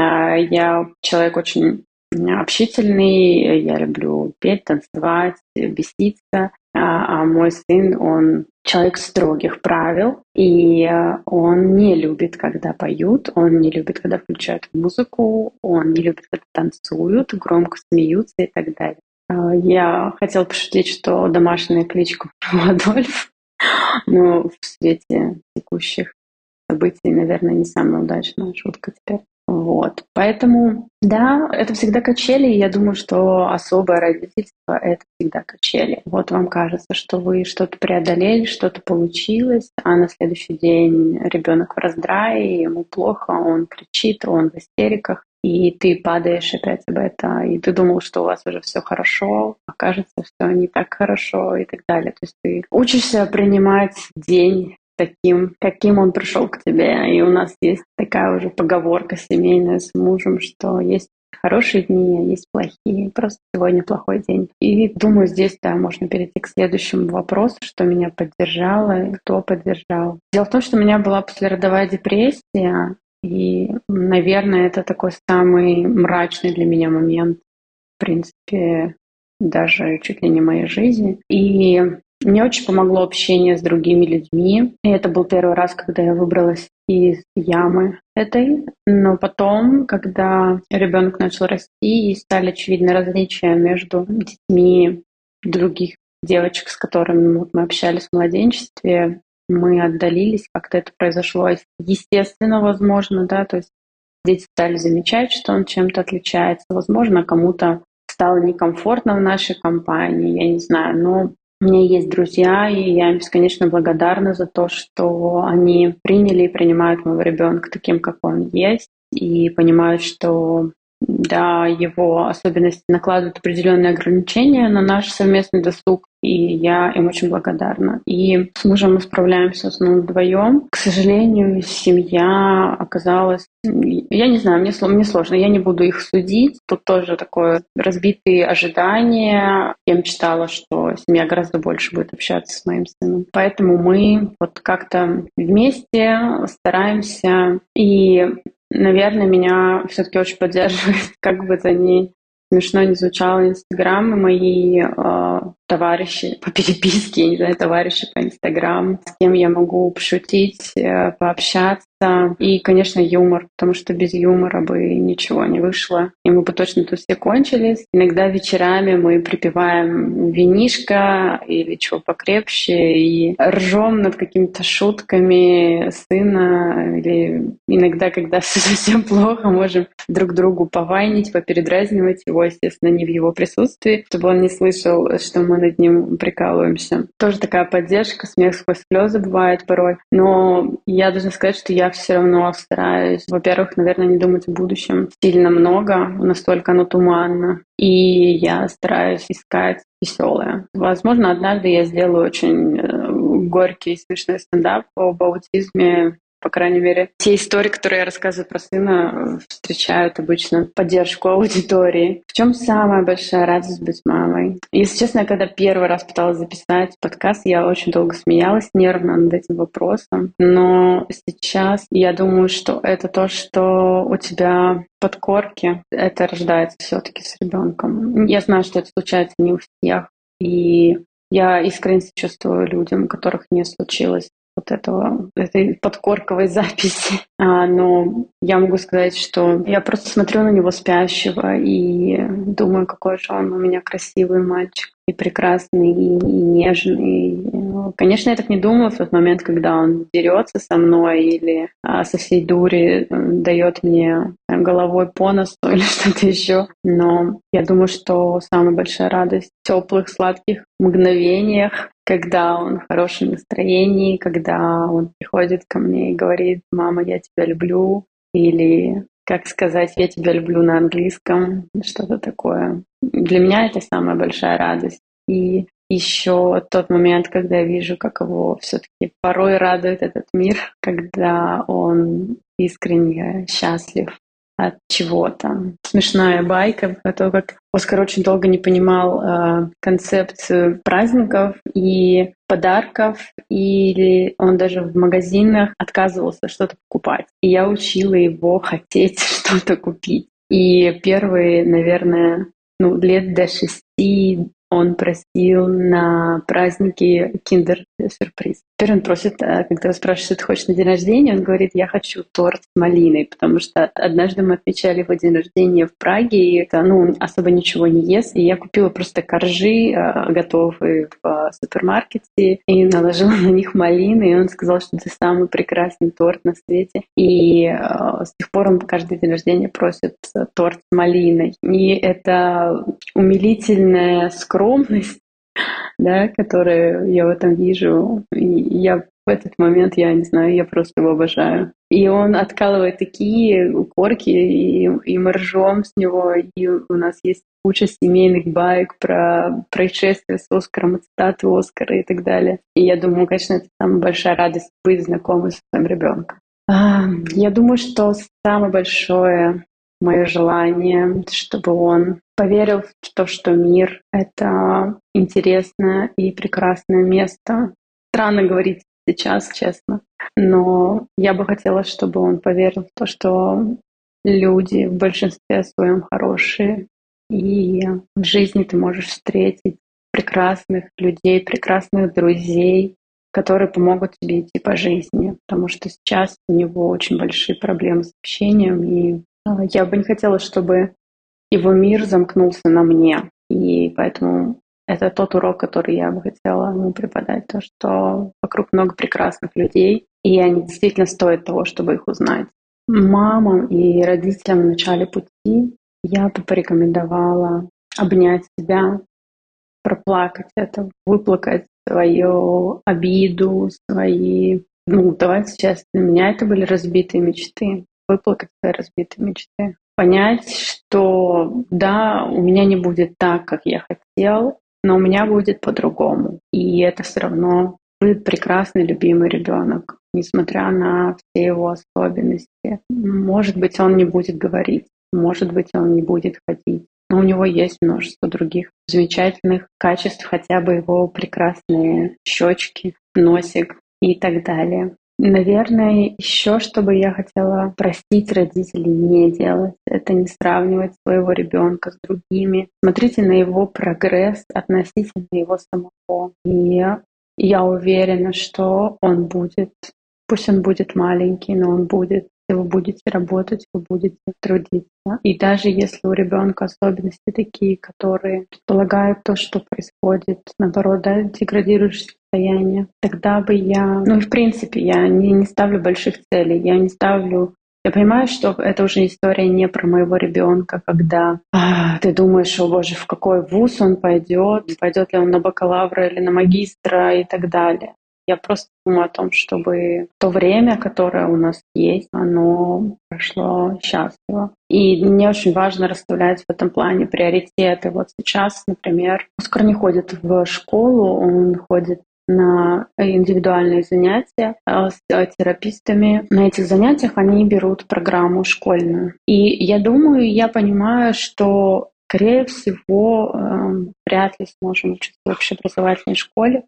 S2: я человек очень общительный, я люблю петь, танцевать, беситься, а мой сын, он человек строгих правил, и он не любит, когда поют, он не любит, когда включают музыку, он не любит, когда танцуют, громко смеются и так далее. Я хотела пошутить, что домашняя кличка Адольф, но в свете текущих событий, наверное, не самая удачная шутка теперь. Вот. Поэтому, да, это всегда качели, и я думаю, что особое родительство — это всегда качели. Вот вам кажется, что вы что-то преодолели, что-то получилось, а на следующий день ребенок в раздрае, ему плохо, он кричит, он в истериках, и ты падаешь опять об это, и ты думал, что у вас уже все хорошо, окажется, что не так хорошо и так далее. То есть ты учишься принимать день таким, каким он пришел к тебе. И у нас есть такая уже поговорка семейная с мужем, что есть хорошие дни, а есть плохие. Просто сегодня плохой день. И думаю, здесь, да, можно перейти к следующему вопросу, что меня поддержало и кто поддержал. Дело в том, что у меня была послеродовая депрессия, и, наверное, это такой самый мрачный для меня момент, в принципе, даже чуть ли не моей жизни. И мне очень помогло общение с другими людьми. И это был первый раз, когда я выбралась из ямы этой. Но потом, когда ребенок начал расти и стали очевидны различия между детьми других девочек, с которыми вот мы общались в младенчестве, мы отдалились, как-то это произошло естественно, возможно, да, то есть дети стали замечать, что он чем-то отличается. Возможно, кому-то стало некомфортно в нашей компании, я не знаю, но у меня есть друзья, и я им бесконечно благодарна за то, что они приняли и принимают моего ребенка таким, как он есть, и понимают, что да, его особенности накладывают определенные ограничения на наш совместный досуг, и я им очень благодарна. И с мужем мы справляемся в основном вдвоем. К сожалению, семья оказалась... Я не знаю, мне, мне сложно, я не буду их судить. Тут тоже такое разбитые ожидания. Я мечтала, что семья гораздо больше будет общаться с моим сыном. Поэтому мы вот как-то вместе стараемся. И, наверное, меня все-таки очень поддерживает, как бы то ни смешно не звучало, Инстаграм, и мои э, товарищи по переписке, я не знаю, товарищи по Инстаграм, с кем я могу пошутить, э, пообщаться. И, конечно, юмор, потому что без юмора бы ничего не вышло. И мы бы точно тут все кончились. Иногда вечерами мы припеваем винишко или чего покрепче и ржем над какими-то шутками сына. Или иногда, когда совсем плохо, можем друг другу повайнить, попередразнивать его, естественно, не в его присутствии, чтобы он не слышал, что мы над ним прикалываемся. Тоже такая поддержка, смех сквозь слезы бывает порой. Но я должна сказать, что я все равно стараюсь, во-первых, наверное, не думать о будущем сильно много, настолько оно туманно. И я стараюсь искать веселое. Возможно, однажды я сделаю очень горький и смешной стендап об аутизме, по крайней мере, те истории, которые я рассказываю про сына, встречают обычно поддержку аудитории. В чем самая большая радость быть мамой? Если честно, я когда первый раз пыталась записать подкаст, я очень долго смеялась нервно над этим вопросом. Но сейчас я думаю, что это то, что у тебя в подкорке, это рождается все-таки с ребенком. Я знаю, что это случается не у всех. И я искренне сочувствую людям, у которых не случилось вот этого, этой подкорковой записи. А, но я могу сказать, что я просто смотрю на него спящего и думаю, какой же он у меня красивый мальчик, и прекрасный, и, и нежный. Конечно, я так не думала в тот момент, когда он дерется со мной или а, со всей дури дает мне головой по носу или что-то еще. Но я думаю, что самая большая радость в теплых, сладких мгновениях, когда он в хорошем настроении, когда он приходит ко мне и говорит: «Мама, я тебя люблю», или как сказать «я тебя люблю» на английском, что-то такое. Для меня это самая большая радость. И еще тот момент, когда я вижу, как его все-таки порой радует этот мир, когда он искренне счастлив от чего-то. Смешная байка про то, как Оскар очень долго не понимал э, концепцию праздников и подарков, или он даже в магазинах отказывался что-то покупать. И я учила его хотеть что-то купить. И первые, наверное, ну, лет до шести он просил на праздники киндер-сюрприз. Теперь он просит, когда его спрашивают, что ты хочешь на день рождения, он говорит: я хочу торт с малиной, потому что однажды мы отмечали его день рождения в Праге, и это, ну, он особо ничего не ест, и я купила просто коржи готовые в супермаркете и наложила на них малины, и он сказал, что это самый прекрасный торт на свете. И с тех пор он каждый день рождения просит торт с малиной. И это умилительная скромность, да, которую я в этом вижу. И я в этот момент, я не знаю, я просто его обожаю. И он откалывает такие корки, и, и мы ржем с него, и у нас есть куча семейных баек про происшествия с Оскаром, цитаты Оскара и так далее. И я думаю, конечно, это самая большая радость быть знакомой с своим ребенком. Я думаю, что самое большое мое желание, чтобы он поверил в то, что мир — это интересное и прекрасное место. Странно говорить сейчас, честно, но я бы хотела, чтобы он поверил в то, что люди в большинстве своем хорошие, и в жизни ты можешь встретить прекрасных людей, прекрасных друзей, которые помогут тебе идти по жизни, потому что сейчас у него очень большие проблемы с общением, и я бы не хотела, чтобы его мир замкнулся на мне. И поэтому это тот урок, который я бы хотела ему преподать, то, что вокруг много прекрасных людей, и они действительно стоят того, чтобы их узнать. Мамам и родителям в начале пути я бы порекомендовала обнять себя, проплакать это, выплакать свою обиду, свои... Ну, давайте честно, для меня это были разбитые мечты. Выплакать свои разбитые мечты. Понять, что да, у меня не будет так, как я хотел, но у меня будет по-другому. И это все равно будет прекрасный, любимый ребенок, несмотря на все его особенности. Может быть, он не будет говорить, может быть, он не будет ходить, но у него есть множество других замечательных качеств, хотя бы его прекрасные щечки, носик и так далее. Наверное, еще что бы я хотела просить родителей не делать, это не сравнивать своего ребенка с другими. Смотрите на его прогресс относительно его самого. И я уверена, что он будет, пусть он будет маленький, но он будет. Вы будете работать, вы будете трудиться. И даже если у ребенка особенности такие, которые предполагают то, что происходит, наоборот, да, деградирующее состояние, тогда бы я... Ну и в принципе я не, не ставлю больших целей, я не ставлю... Я понимаю, что это уже история не про моего ребенка, когда а, ты думаешь, о боже, в какой вуз он пойдет, пойдет ли он на бакалавра или на магистра и так далее. Я просто думаю о том, чтобы то время, которое у нас есть, оно прошло счастливо. И мне очень важно расставлять в этом плане приоритеты. Вот сейчас, например, Оскар не ходит в школу, он ходит на индивидуальные занятия с терапистами. На этих занятиях они берут программу школьную. И я думаю, я понимаю, что, скорее всего, вряд ли сможем учиться в общеобразовательной школе.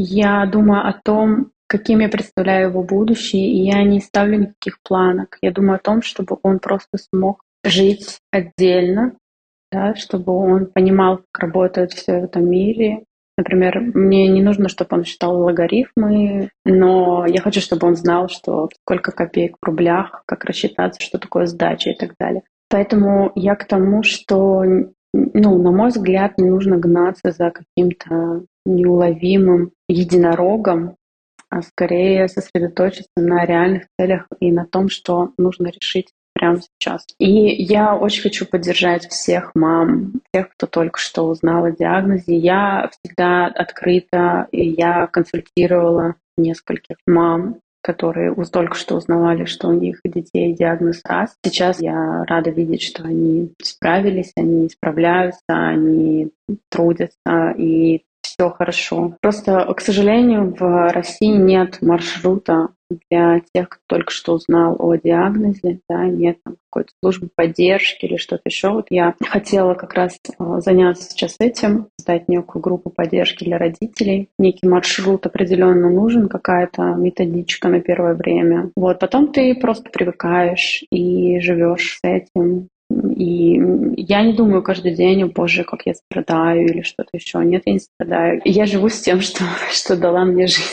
S2: Я думаю о том, каким я представляю его будущее, и я не ставлю никаких планок. Я думаю о том, чтобы он просто смог жить отдельно, да, чтобы он понимал, как работает все в этом мире. Например, мне не нужно, чтобы он считал логарифмы, но я хочу, чтобы он знал, что сколько копеек в рублях, как рассчитаться, что такое сдача и так далее. Поэтому я к тому, что, ну, на мой взгляд, не нужно гнаться за каким-то неуловимым единорогом, а скорее сосредоточиться на реальных целях и на том, что нужно решить прямо сейчас. И я очень хочу поддержать всех мам, тех, кто только что узнал о диагнозе. Я всегда открыта, и я консультировала нескольких мам, которые только что узнавали, что у них детей диагноз РАС. Сейчас я рада видеть, что они справились, они справляются, они трудятся, и все хорошо. Просто, к сожалению, в России нет маршрута для тех, кто только что узнал о диагнозе, да, нет там какой-то службы поддержки или что-то еще. Вот я хотела как раз заняться сейчас этим, создать некую группу поддержки для родителей. Некий маршрут определенно нужен, какая-то методичка на первое время. Вот, потом ты просто привыкаешь и живешь с этим. И я не думаю каждый день, о боже, как я страдаю или что-то еще. Нет, я не страдаю. Я живу с тем, что, что дала мне жизнь.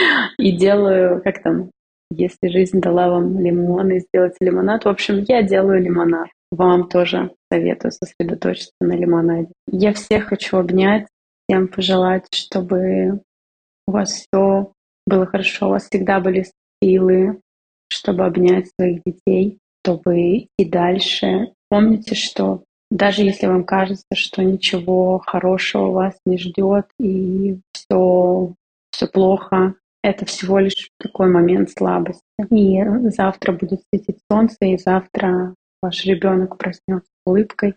S2: И делаю, как там, если жизнь дала вам лимон, и сделать лимонад. В общем, я делаю лимонад. Вам тоже советую сосредоточиться на лимонаде. Я всех хочу обнять, всем пожелать, чтобы у вас все было хорошо, у вас всегда были силы, чтобы обнять своих детей, чтобы идти дальше. Помните, что даже если вам кажется, что ничего хорошего вас не ждет и все, все плохо, это всего лишь такой момент слабости. И завтра будет светить солнце, и завтра ваш ребенок проснется с улыбкой,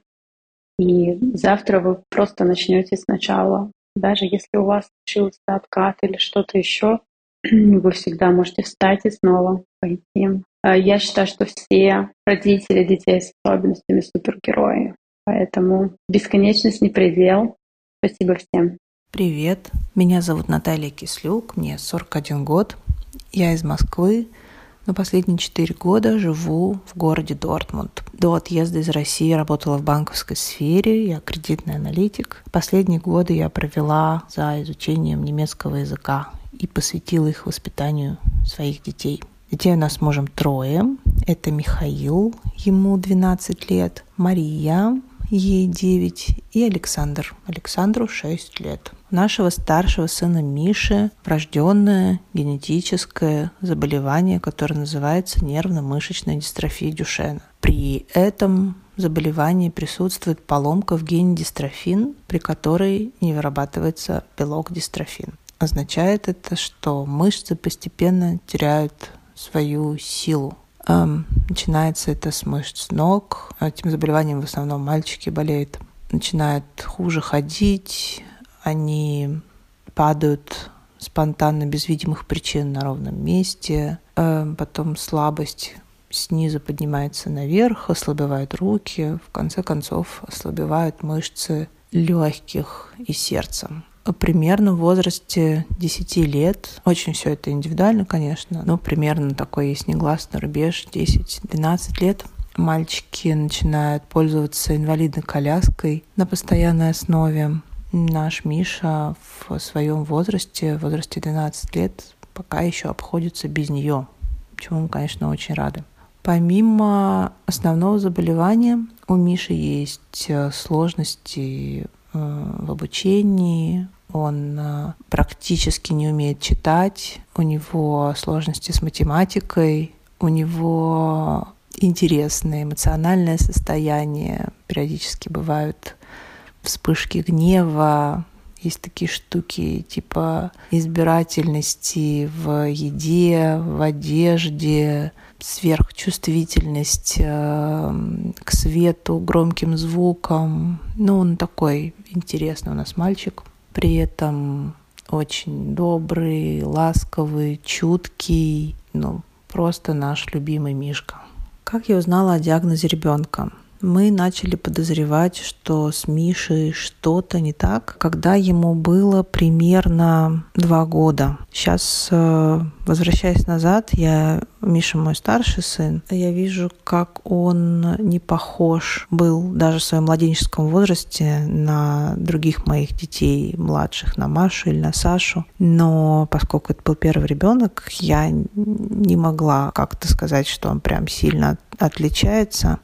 S2: и завтра вы просто начнете сначала. Даже если у вас случился откат или что-то еще, вы всегда можете встать и снова пойти. Я считаю, что все родители детей с особенностями супергерои. Поэтому бесконечность не предел. Спасибо всем.
S1: Привет, меня зовут Наталья Кислюк, мне сорок один год. Я из Москвы, но последние четыре года живу в городе Дортмунд. До отъезда из России работала в банковской сфере, я кредитный аналитик. Последние годы я провела за изучением немецкого языка и посвятила их воспитанию своих детей. Детей у нас с мужем трое. Это Михаил, ему двенадцать лет, Мария, ей девять, и Александр. Александру шесть лет. У нашего старшего сына Миши врожденное генетическое заболевание, которое называется нервно-мышечная дистрофия Дюшена. При этом заболевании присутствует поломка в гене дистрофин, при которой не вырабатывается белок дистрофин. Означает это, что мышцы постепенно теряют свою силу. Эм, начинается это с мышц ног. Этим заболеванием в основном мальчики болеют. Начинают хуже ходить, они падают спонтанно, без видимых причин, на ровном месте. Эм, потом слабость снизу поднимается наверх, ослабевают руки. В конце концов, ослабевают мышцы легких и сердца. Примерно в возрасте десяти лет, очень все это индивидуально, конечно, но примерно такой есть негласный рубеж, десять-двенадцать лет, мальчики начинают пользоваться инвалидной коляской на постоянной основе. Наш Миша в своем возрасте, в возрасте двенадцати лет, пока еще обходится без нее, чему мы, конечно, очень рады. Помимо основного заболевания, у Миши есть сложности в обучении, он практически не умеет читать, у него сложности с математикой, у него интересное эмоциональное состояние, периодически бывают вспышки гнева, есть такие штуки типа избирательности в еде, в одежде, сверхчувствительность к свету, громким звукам. Ну, он такой интересный у нас мальчик. При этом очень добрый, ласковый, чуткий, ну, просто наш любимый Мишка. Как я узнала о диагнозе ребенка? Мы начали подозревать, что с Мишей что-то не так, когда ему было примерно два года. Сейчас, возвращаясь назад, я Миша мой старший сын, я вижу, как он не похож был даже в своем младенческом возрасте на других моих детей младших, на Машу или на Сашу. Но поскольку это был первый ребенок, я не могла как-то сказать, что он прям сильно отличается.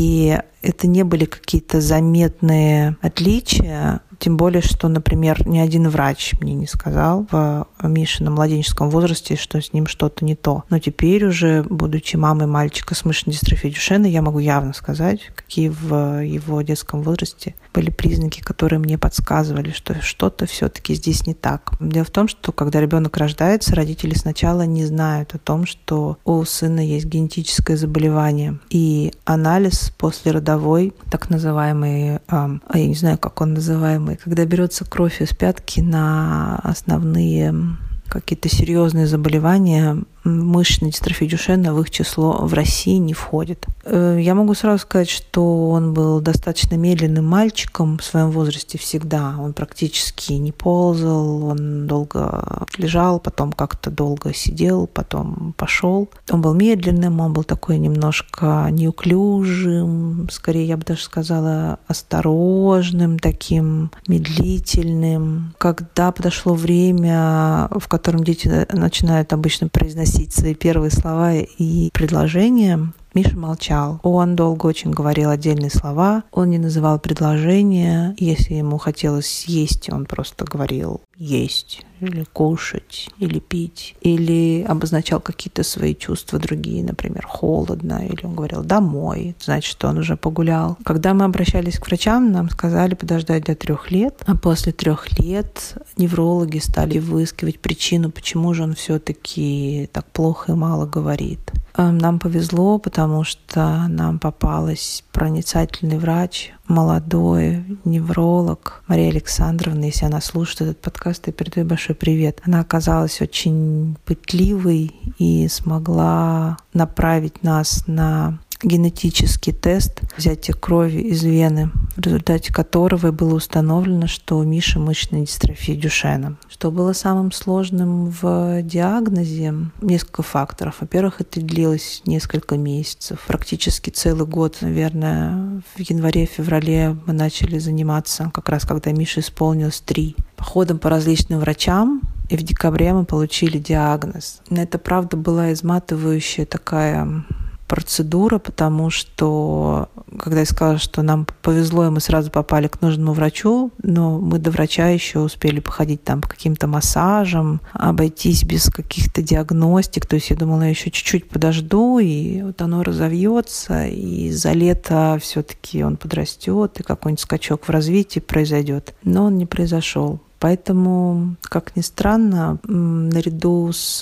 S1: И это не были какие-то заметные отличия, тем более, что, например, ни один врач мне не сказал в Мишином младенческом возрасте, что с ним что-то не то. Но теперь уже, будучи мамой мальчика с мышечной дистрофией Дюшена, я могу явно сказать, какие в его детском возрасте были признаки, которые мне подсказывали, что что-то все-таки здесь не так. Дело в том, что когда ребенок рождается, родители сначала не знают о том, что у сына есть генетическое заболевание. И анализ послеродовой, так называемый, э, а я не знаю, как он называемый, когда берется кровь из пятки на основные какие-то серьезные заболевания, мышечная дистрофия Дюшена в их число в России не входит. Я могу сразу сказать, что он был достаточно медленным мальчиком в своем возрасте всегда. Он практически не ползал, он долго лежал, потом как-то долго сидел, потом пошел. Он был медленным, он был такой немножко неуклюжим, скорее, я бы даже сказала, осторожным, таким медлительным. Когда подошло время, в котором дети начинают обычно произносить свои первые слова и предложения, Миша молчал. Он долго очень говорил отдельные слова, он не называл предложения. Если ему хотелось есть, он просто говорил «есть», или «кушать», или «пить», или обозначал какие-то свои чувства другие, например, «холодно», или он говорил «домой», значит, что он уже погулял. Когда мы обращались к врачам, нам сказали подождать до трех лет, а после трех лет неврологи стали выискивать причину, почему же он все-таки так плохо и мало говорит. Нам повезло, потому что нам попалась проницательный врач, молодой невролог Мария Александровна. Если она слушает этот подкаст, я передаю большой привет. Она оказалась очень пытливой и смогла направить нас на генетический тест взятия крови из вены, в результате которого было установлено, что у Миши мышечная дистрофия Дюшена. Что было самым сложным в диагнозе? Несколько факторов. Во-первых, это длилось несколько месяцев, практически целый год, наверное. В январе-феврале мы начали заниматься, как раз когда Мише исполнилось три. Походом по различным врачам, и в декабре мы получили диагноз. Это, правда, была изматывающая такая процедура, потому что, когда я сказала, что нам повезло, и мы сразу попали к нужному врачу, но мы до врача еще успели походить там по каким-то массажам, обойтись без каких-то диагностик. То есть я думала, я еще чуть-чуть подожду, и вот оно разовьется, и за лето все-таки он подрастет, и какой-нибудь скачок в развитии произойдет. Но он не произошел. Поэтому, как ни странно, наряду с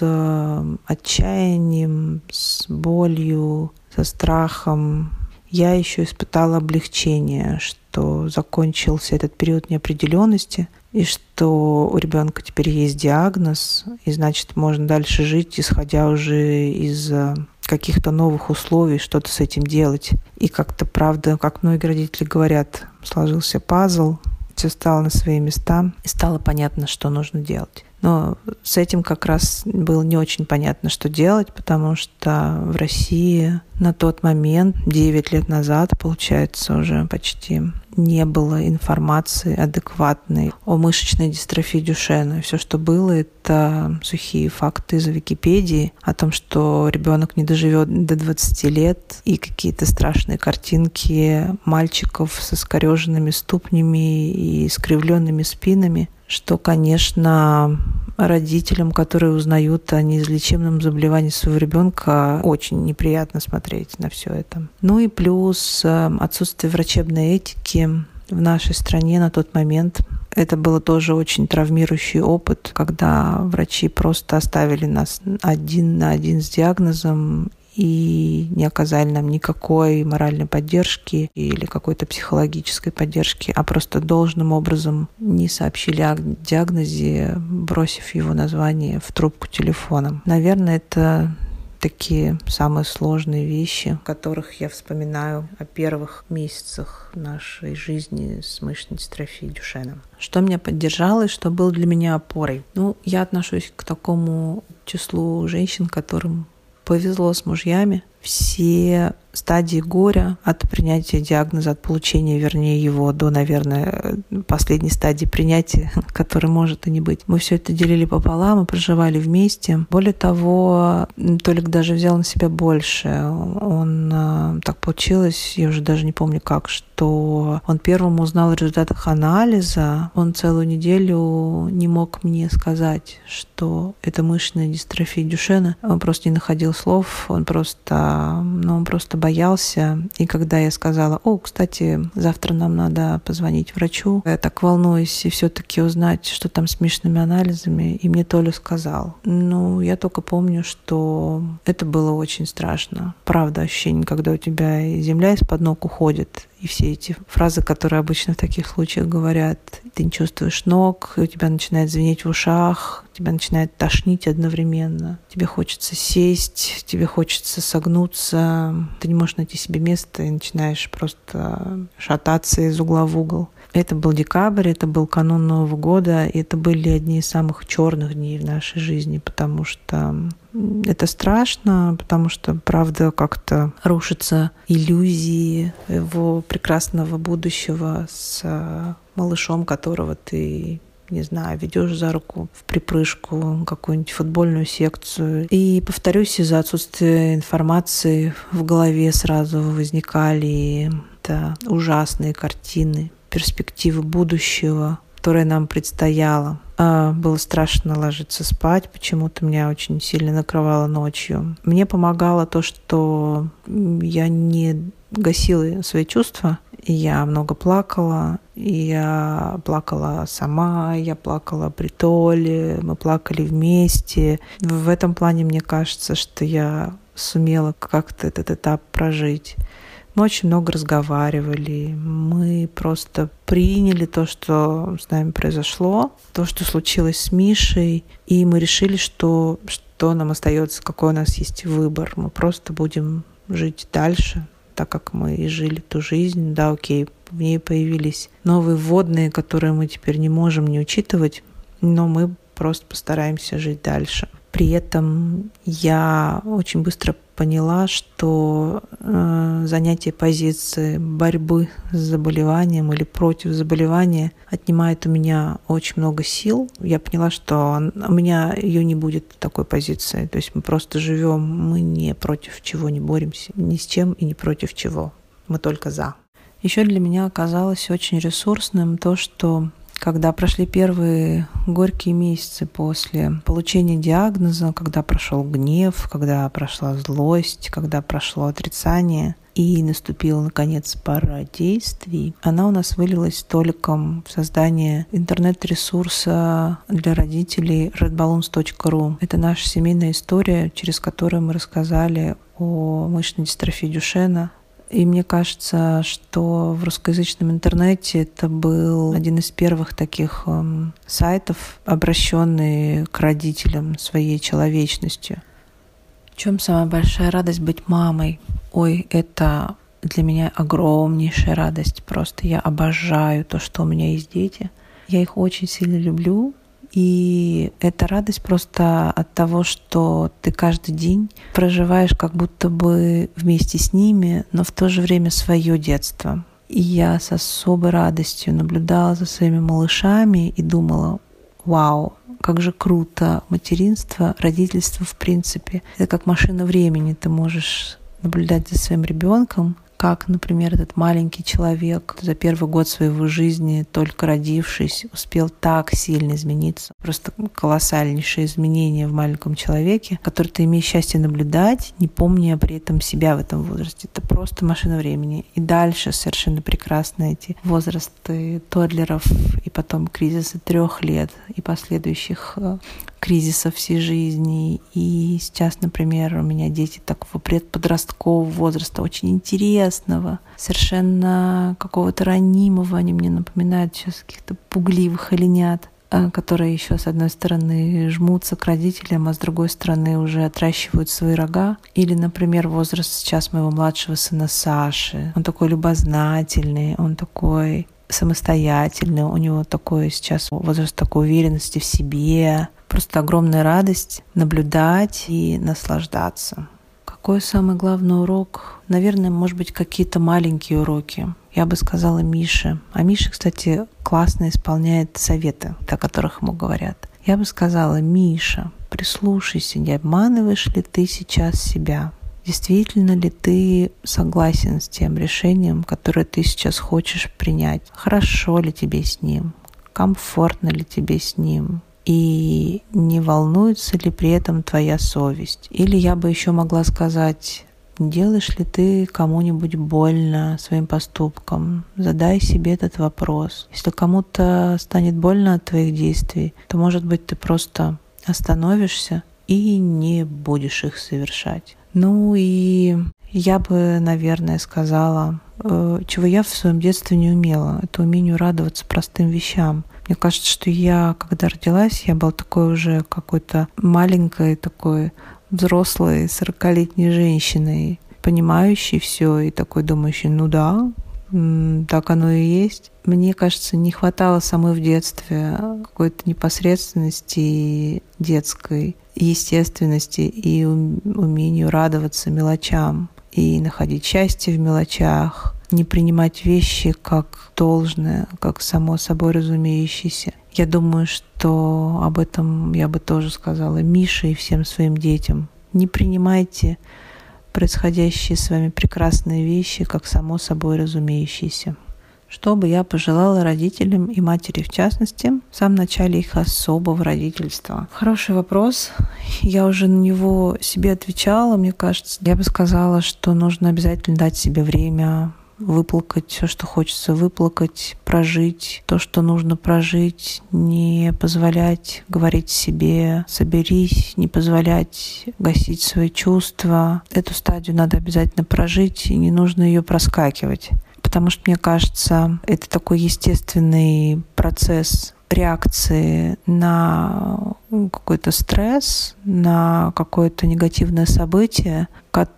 S1: отчаянием, с болью, со страхом, я еще испытала облегчение, что закончился этот период неопределенности, и что у ребенка теперь есть диагноз, и значит, можно дальше жить, исходя уже из каких-то новых условий, что-то с этим делать. И как-то, правда, как многие родители говорят, сложился пазл, все стало на свои места, и стало понятно, что нужно делать. Но с этим как раз было не очень понятно, что делать, потому что в России на тот момент, девять лет назад, получается, уже почти не было информации адекватной о мышечной дистрофии Дюшена. Все, что было, это сухие факты из Википедии о том, что ребенок не доживет до двадцати лет, и какие-то страшные картинки мальчиков со скореженными ступнями и искривленными спинами, что, конечно, родителям, которые узнают о неизлечимом заболевании своего ребенка, очень неприятно смотреть на все это. Ну и плюс отсутствие врачебной этики в нашей стране на тот момент. Это был тоже очень травмирующий опыт, когда врачи просто оставили нас один на один с диагнозом и не оказали нам никакой моральной поддержки или какой-то психологической поддержки, а просто должным образом не сообщили о диагнозе, бросив его название в трубку телефона. Наверное, это такие самые сложные вещи, которых я вспоминаю о первых месяцах нашей жизни с мышечной дистрофией Дюшена. Что меня поддержало и что было для меня опорой? Ну, я отношусь к такому числу женщин, которым повезло с мужьями. Все стадии горя от принятия диагноза, от получения, вернее, его до, наверное, последней стадии принятия, которой может и не быть. Мы все это делили пополам и проживали вместе. Более того, Толик даже взял на себя больше. Он, так получилось, я уже даже не помню как, что он первым узнал о результатах анализа. Он целую неделю не мог мне сказать, что это мышечная дистрофия Дюшена. Он просто не находил слов, он просто, ну, он просто боялся. И когда я сказала: о, кстати, завтра нам надо позвонить врачу, я так волнуюсь и все-таки узнать, что там с мышечными анализами, и мне Толя сказал. Ну, я только помню, что это было очень страшно. Правда, ощущение, когда у тебя земля из-под ног уходит, и все эти фразы, которые обычно в таких случаях говорят, ты не чувствуешь ног, и у тебя начинает звенеть в ушах, тебя начинает тошнить одновременно, тебе хочется сесть, тебе хочется согнуться, ты не можешь найти себе место и начинаешь просто шататься из угла в угол. Это был декабрь, это был канун Нового года, и это были одни из самых черных дней в нашей жизни, потому что это страшно, потому что, правда, как-то рушатся иллюзии его прекрасного будущего с малышом, которого ты, не знаю, ведешь за руку в припрыжку какую-нибудь футбольную секцию. И, повторюсь, из-за отсутствия информации в голове сразу возникали это ужасные картины, перспективы будущего, которое нам предстояло. А, было страшно ложиться спать, почему-то меня очень сильно накрывало ночью. Мне помогало то, что я не гасила свои чувства. Я много плакала, я плакала сама, я плакала при Толе, мы плакали вместе. В этом плане мне кажется, что я сумела как-то этот этап прожить. Мы очень много разговаривали, мы просто приняли то, что с нами произошло, то, что случилось с Мишей, и мы решили, что, что нам остается, какой у нас есть выбор. Мы просто будем жить дальше, так как мы и жили ту жизнь. Да, окей, в ней появились новые вводные, которые мы теперь не можем не учитывать, но мы просто постараемся жить дальше. При этом я очень быстро поняла, что э, занятие позиции борьбы с заболеванием или против заболевания отнимает у меня очень много сил. Я поняла, что у меня ее не будет такой позиции. То есть мы просто живем, мы не против чего не боремся, ни с чем и не против чего. Мы только за. Еще для меня оказалось очень ресурсным то, что когда прошли первые горькие месяцы после получения диагноза, когда прошел гнев, когда прошла злость, когда прошло отрицание и наступила, наконец, пора действий, она у нас вылилась Толиком в создание интернет-ресурса для родителей red balloons точка ру. Это наша семейная история, через которую мы рассказали о мышечной дистрофии Дюшена. И мне кажется, что в русскоязычном интернете это был один из первых таких эм, сайтов, обращенный к родителям своей человечностью. В чем самая большая радость быть мамой? Ой, это для меня огромнейшая радость. Просто я обожаю то, что у меня есть дети. Я их очень сильно люблю. И это радость просто от того, что ты каждый день проживаешь как будто бы вместе с ними, но в то же время свое детство. И я с особой радостью наблюдала за своими малышами и думала: вау, как же круто материнство, родительство в принципе. Это как машина времени. Ты можешь наблюдать за своим ребенком, как, например, этот маленький человек за первый год своего жизни, только родившись, успел так сильно измениться. Просто колоссальнейшие изменения в маленьком человеке, который ты имеешь счастье наблюдать, не помня при этом себя в этом возрасте. Это просто машина времени. И дальше совершенно прекрасно эти возрасты тоддлеров и потом кризисы трех лет и последующих кризисов всей жизни. И сейчас, например, у меня дети такого предподросткового возраста, очень интересного, совершенно какого-то ранимого. Они мне напоминают сейчас каких-то пугливых оленят, которые еще, с одной стороны, жмутся к родителям, а с другой стороны, уже отращивают свои рога. Или, например, возраст сейчас моего младшего сына Саши. Он такой любознательный, он такой самостоятельный, у него такой сейчас возраст такой уверенности в себе. Просто огромная радость наблюдать и наслаждаться. Какой самый главный урок? Наверное, может быть, какие-то маленькие уроки. Я бы сказала Мише. А Миша, кстати, классно исполняет советы, о которых ему говорят. Я бы сказала: Миша, прислушайся, не обманываешь ли ты сейчас себя? Действительно ли ты согласен с тем решением, которое ты сейчас хочешь принять? Хорошо ли тебе с ним? Комфортно ли тебе с ним? И не волнуется ли при этом твоя совесть? Или я бы еще могла сказать: делаешь ли ты кому-нибудь больно своим поступком? Задай себе этот вопрос. Если кому-то станет больно от твоих действий, то, может быть, ты просто остановишься и не будешь их совершать. Ну и я бы, наверное, сказала, чего я в своем детстве не умела. Это умению радоваться простым вещам. Мне кажется, что я, когда родилась, я была такой уже какой-то маленькой, такой взрослой, сорокалетней женщиной, понимающей все и такой думающей: ну да, так оно и есть. Мне кажется, не хватало самой в детстве какой-то непосредственности детской, естественности и умению радоваться мелочам и находить счастье в мелочах, не принимать вещи как должное, как само собой разумеющееся. Я думаю, что об этом я бы тоже сказала Мише и всем своим детям. Не принимайте происходящие с вами прекрасные вещи как само собой разумеющиеся. Что бы я пожелала родителям и матери в частности в самом начале их особого родительства? Хороший вопрос. Я уже на него себе отвечала, мне кажется. Я бы сказала, что нужно обязательно дать себе время выплакать все, что хочется выплакать, прожить то, что нужно прожить, не позволять говорить себе «соберись», не позволять гасить свои чувства. Эту стадию надо обязательно прожить, и не нужно ее проскакивать. Потому что, мне кажется, это такой естественный процесс реакции на какой-то стресс, на какое-то негативное событие,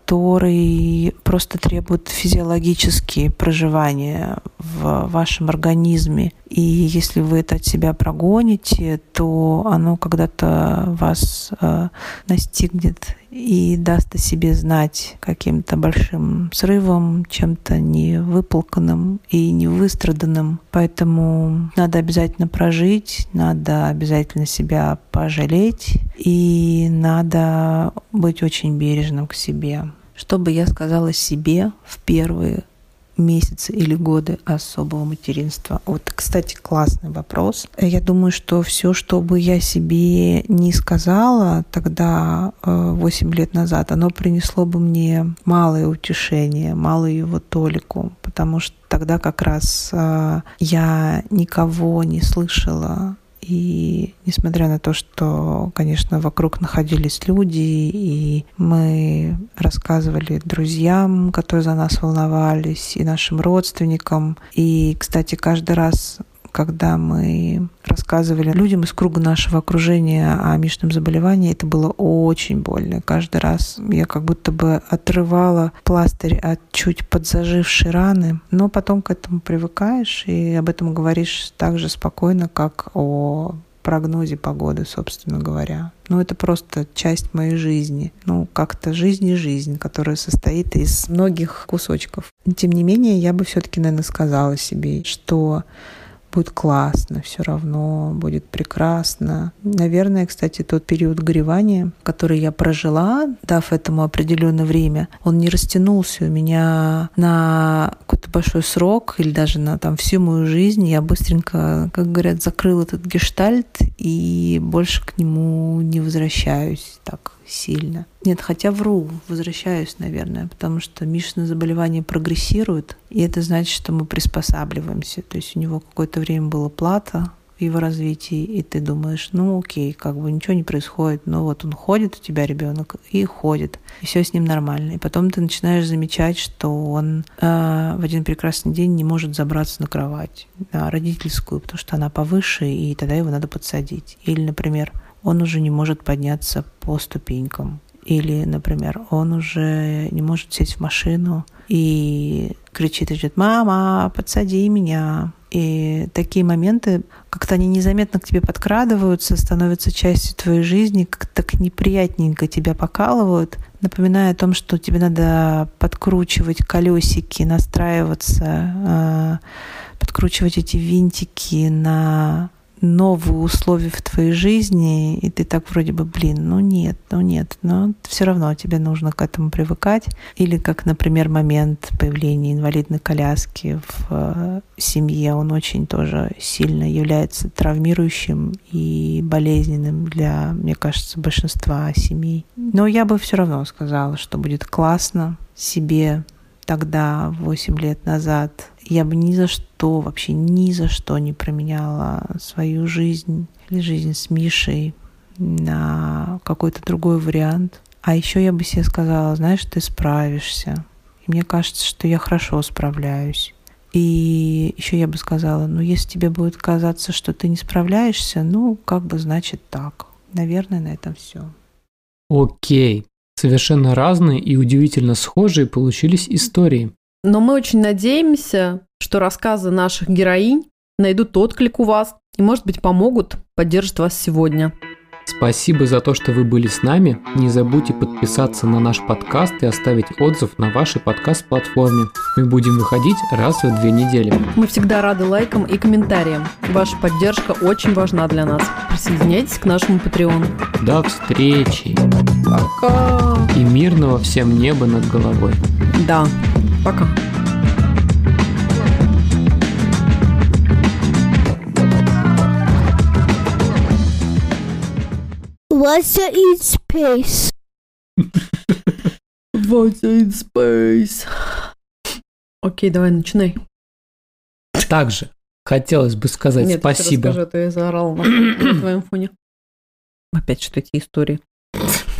S1: который просто требует физиологические проживания в вашем организме. И если вы это от себя прогоните, то оно когда-то вас э, настигнет и даст о себе знать каким-то большим срывом, чем-то невыплаканным и невыстраданным. Поэтому надо обязательно прожить, надо обязательно себя пожалеть, и надо быть очень бережным к себе. Что бы я сказала себе в первые месяцы или годы особого материнства? Вот, кстати, классный вопрос. Я думаю, что все, что бы я себе не сказала тогда, восемь лет назад, оно принесло бы мне малое утешение, малую его толику, потому что тогда как раз я никого не слышала. И несмотря на то, что, конечно, вокруг находились люди, и мы рассказывали друзьям, которые за нас волновались, и нашим родственникам. И, кстати, каждый раз, когда мы рассказывали людям из круга нашего окружения о Мишином заболевании, это было очень больно. Каждый раз я как будто бы отрывала пластырь от чуть подзажившей раны, но потом к этому привыкаешь и об этом говоришь так же спокойно, как о прогнозе погоды, собственно говоря. Ну, это просто часть моей жизни. Ну, как-то жизнь и жизнь, которая состоит из многих кусочков. Тем не менее, я бы все-таки, наверное, сказала себе, что будет классно, все равно будет прекрасно. Наверное, кстати, тот период горевания, который я прожила, дав этому определенное время, он не растянулся у меня на какой-то большой срок или даже на там всю мою жизнь. Я быстренько, как говорят, закрыла этот гештальт и больше к нему не возвращаюсь так сильно. Нет, хотя вру, возвращаюсь, наверное, потому что Мишины заболевания прогрессируют, и это значит, что мы приспосабливаемся. То есть у него какое-то время была плата в его развитии, и ты думаешь, ну окей, как бы ничего не происходит, но вот он ходит, у тебя ребенок, и ходит, и все с ним нормально. И потом ты начинаешь замечать, что он э, в один прекрасный день не может забраться на кровать, на родительскую, потому что она повыше, и тогда его надо подсадить. Или, например, он уже не может подняться по ступенькам. Или, например, он уже не может сесть в машину и кричит и говорит: «Мама, подсади меня». И такие моменты, как-то они незаметно к тебе подкрадываются, становятся частью твоей жизни, как-то так неприятненько тебя покалывают, напоминая о том, что тебе надо подкручивать колесики, настраиваться, подкручивать эти винтики на новые условия в твоей жизни, и ты так вроде бы, блин, ну нет, ну нет, но все равно тебе нужно к этому привыкать. Или как, например, момент появления инвалидной коляски в семье, он очень тоже сильно является травмирующим и болезненным для, мне кажется, большинства семей. Но я бы все равно сказала, что будет классно себе тогда, восемь лет назад. Я бы ни за что, вообще ни за что не променяла свою жизнь или жизнь с Мишей на какой-то другой вариант. А еще я бы себе сказала: знаешь, ты справишься. И мне кажется, что я хорошо справляюсь. И еще я бы сказала: ну, если тебе будет казаться, что ты не справляешься, ну, как бы значит так. Наверное, на этом все.
S4: Окей. Совершенно разные и удивительно схожие получились истории.
S5: Но мы очень надеемся, что рассказы наших героинь найдут отклик у вас и, может быть, помогут, поддержат вас сегодня.
S4: Спасибо за то, что вы были с нами. Не забудьте подписаться на наш подкаст и оставить отзыв на вашей подкаст-платформе. Мы будем выходить раз в две недели.
S5: Мы всегда рады лайкам и комментариям. Ваша поддержка очень важна для нас. Присоединяйтесь к нашему Патреону.
S4: До встречи.
S5: Пока.
S4: И мирного всем неба над головой.
S5: Да. Пока.
S6: Вася in space.
S5: Вася in space. Окей, давай, начинай.
S4: Также хотелось бы сказать
S5: Нет,
S4: спасибо.
S5: Нет, расскажи, а то я заорала на, на твоем фоне. Опять что эти истории.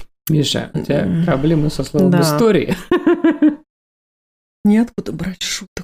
S4: Миша, у тебя проблемы со словом
S5: Да.
S4: истории.
S5: Неоткуда брать шутки.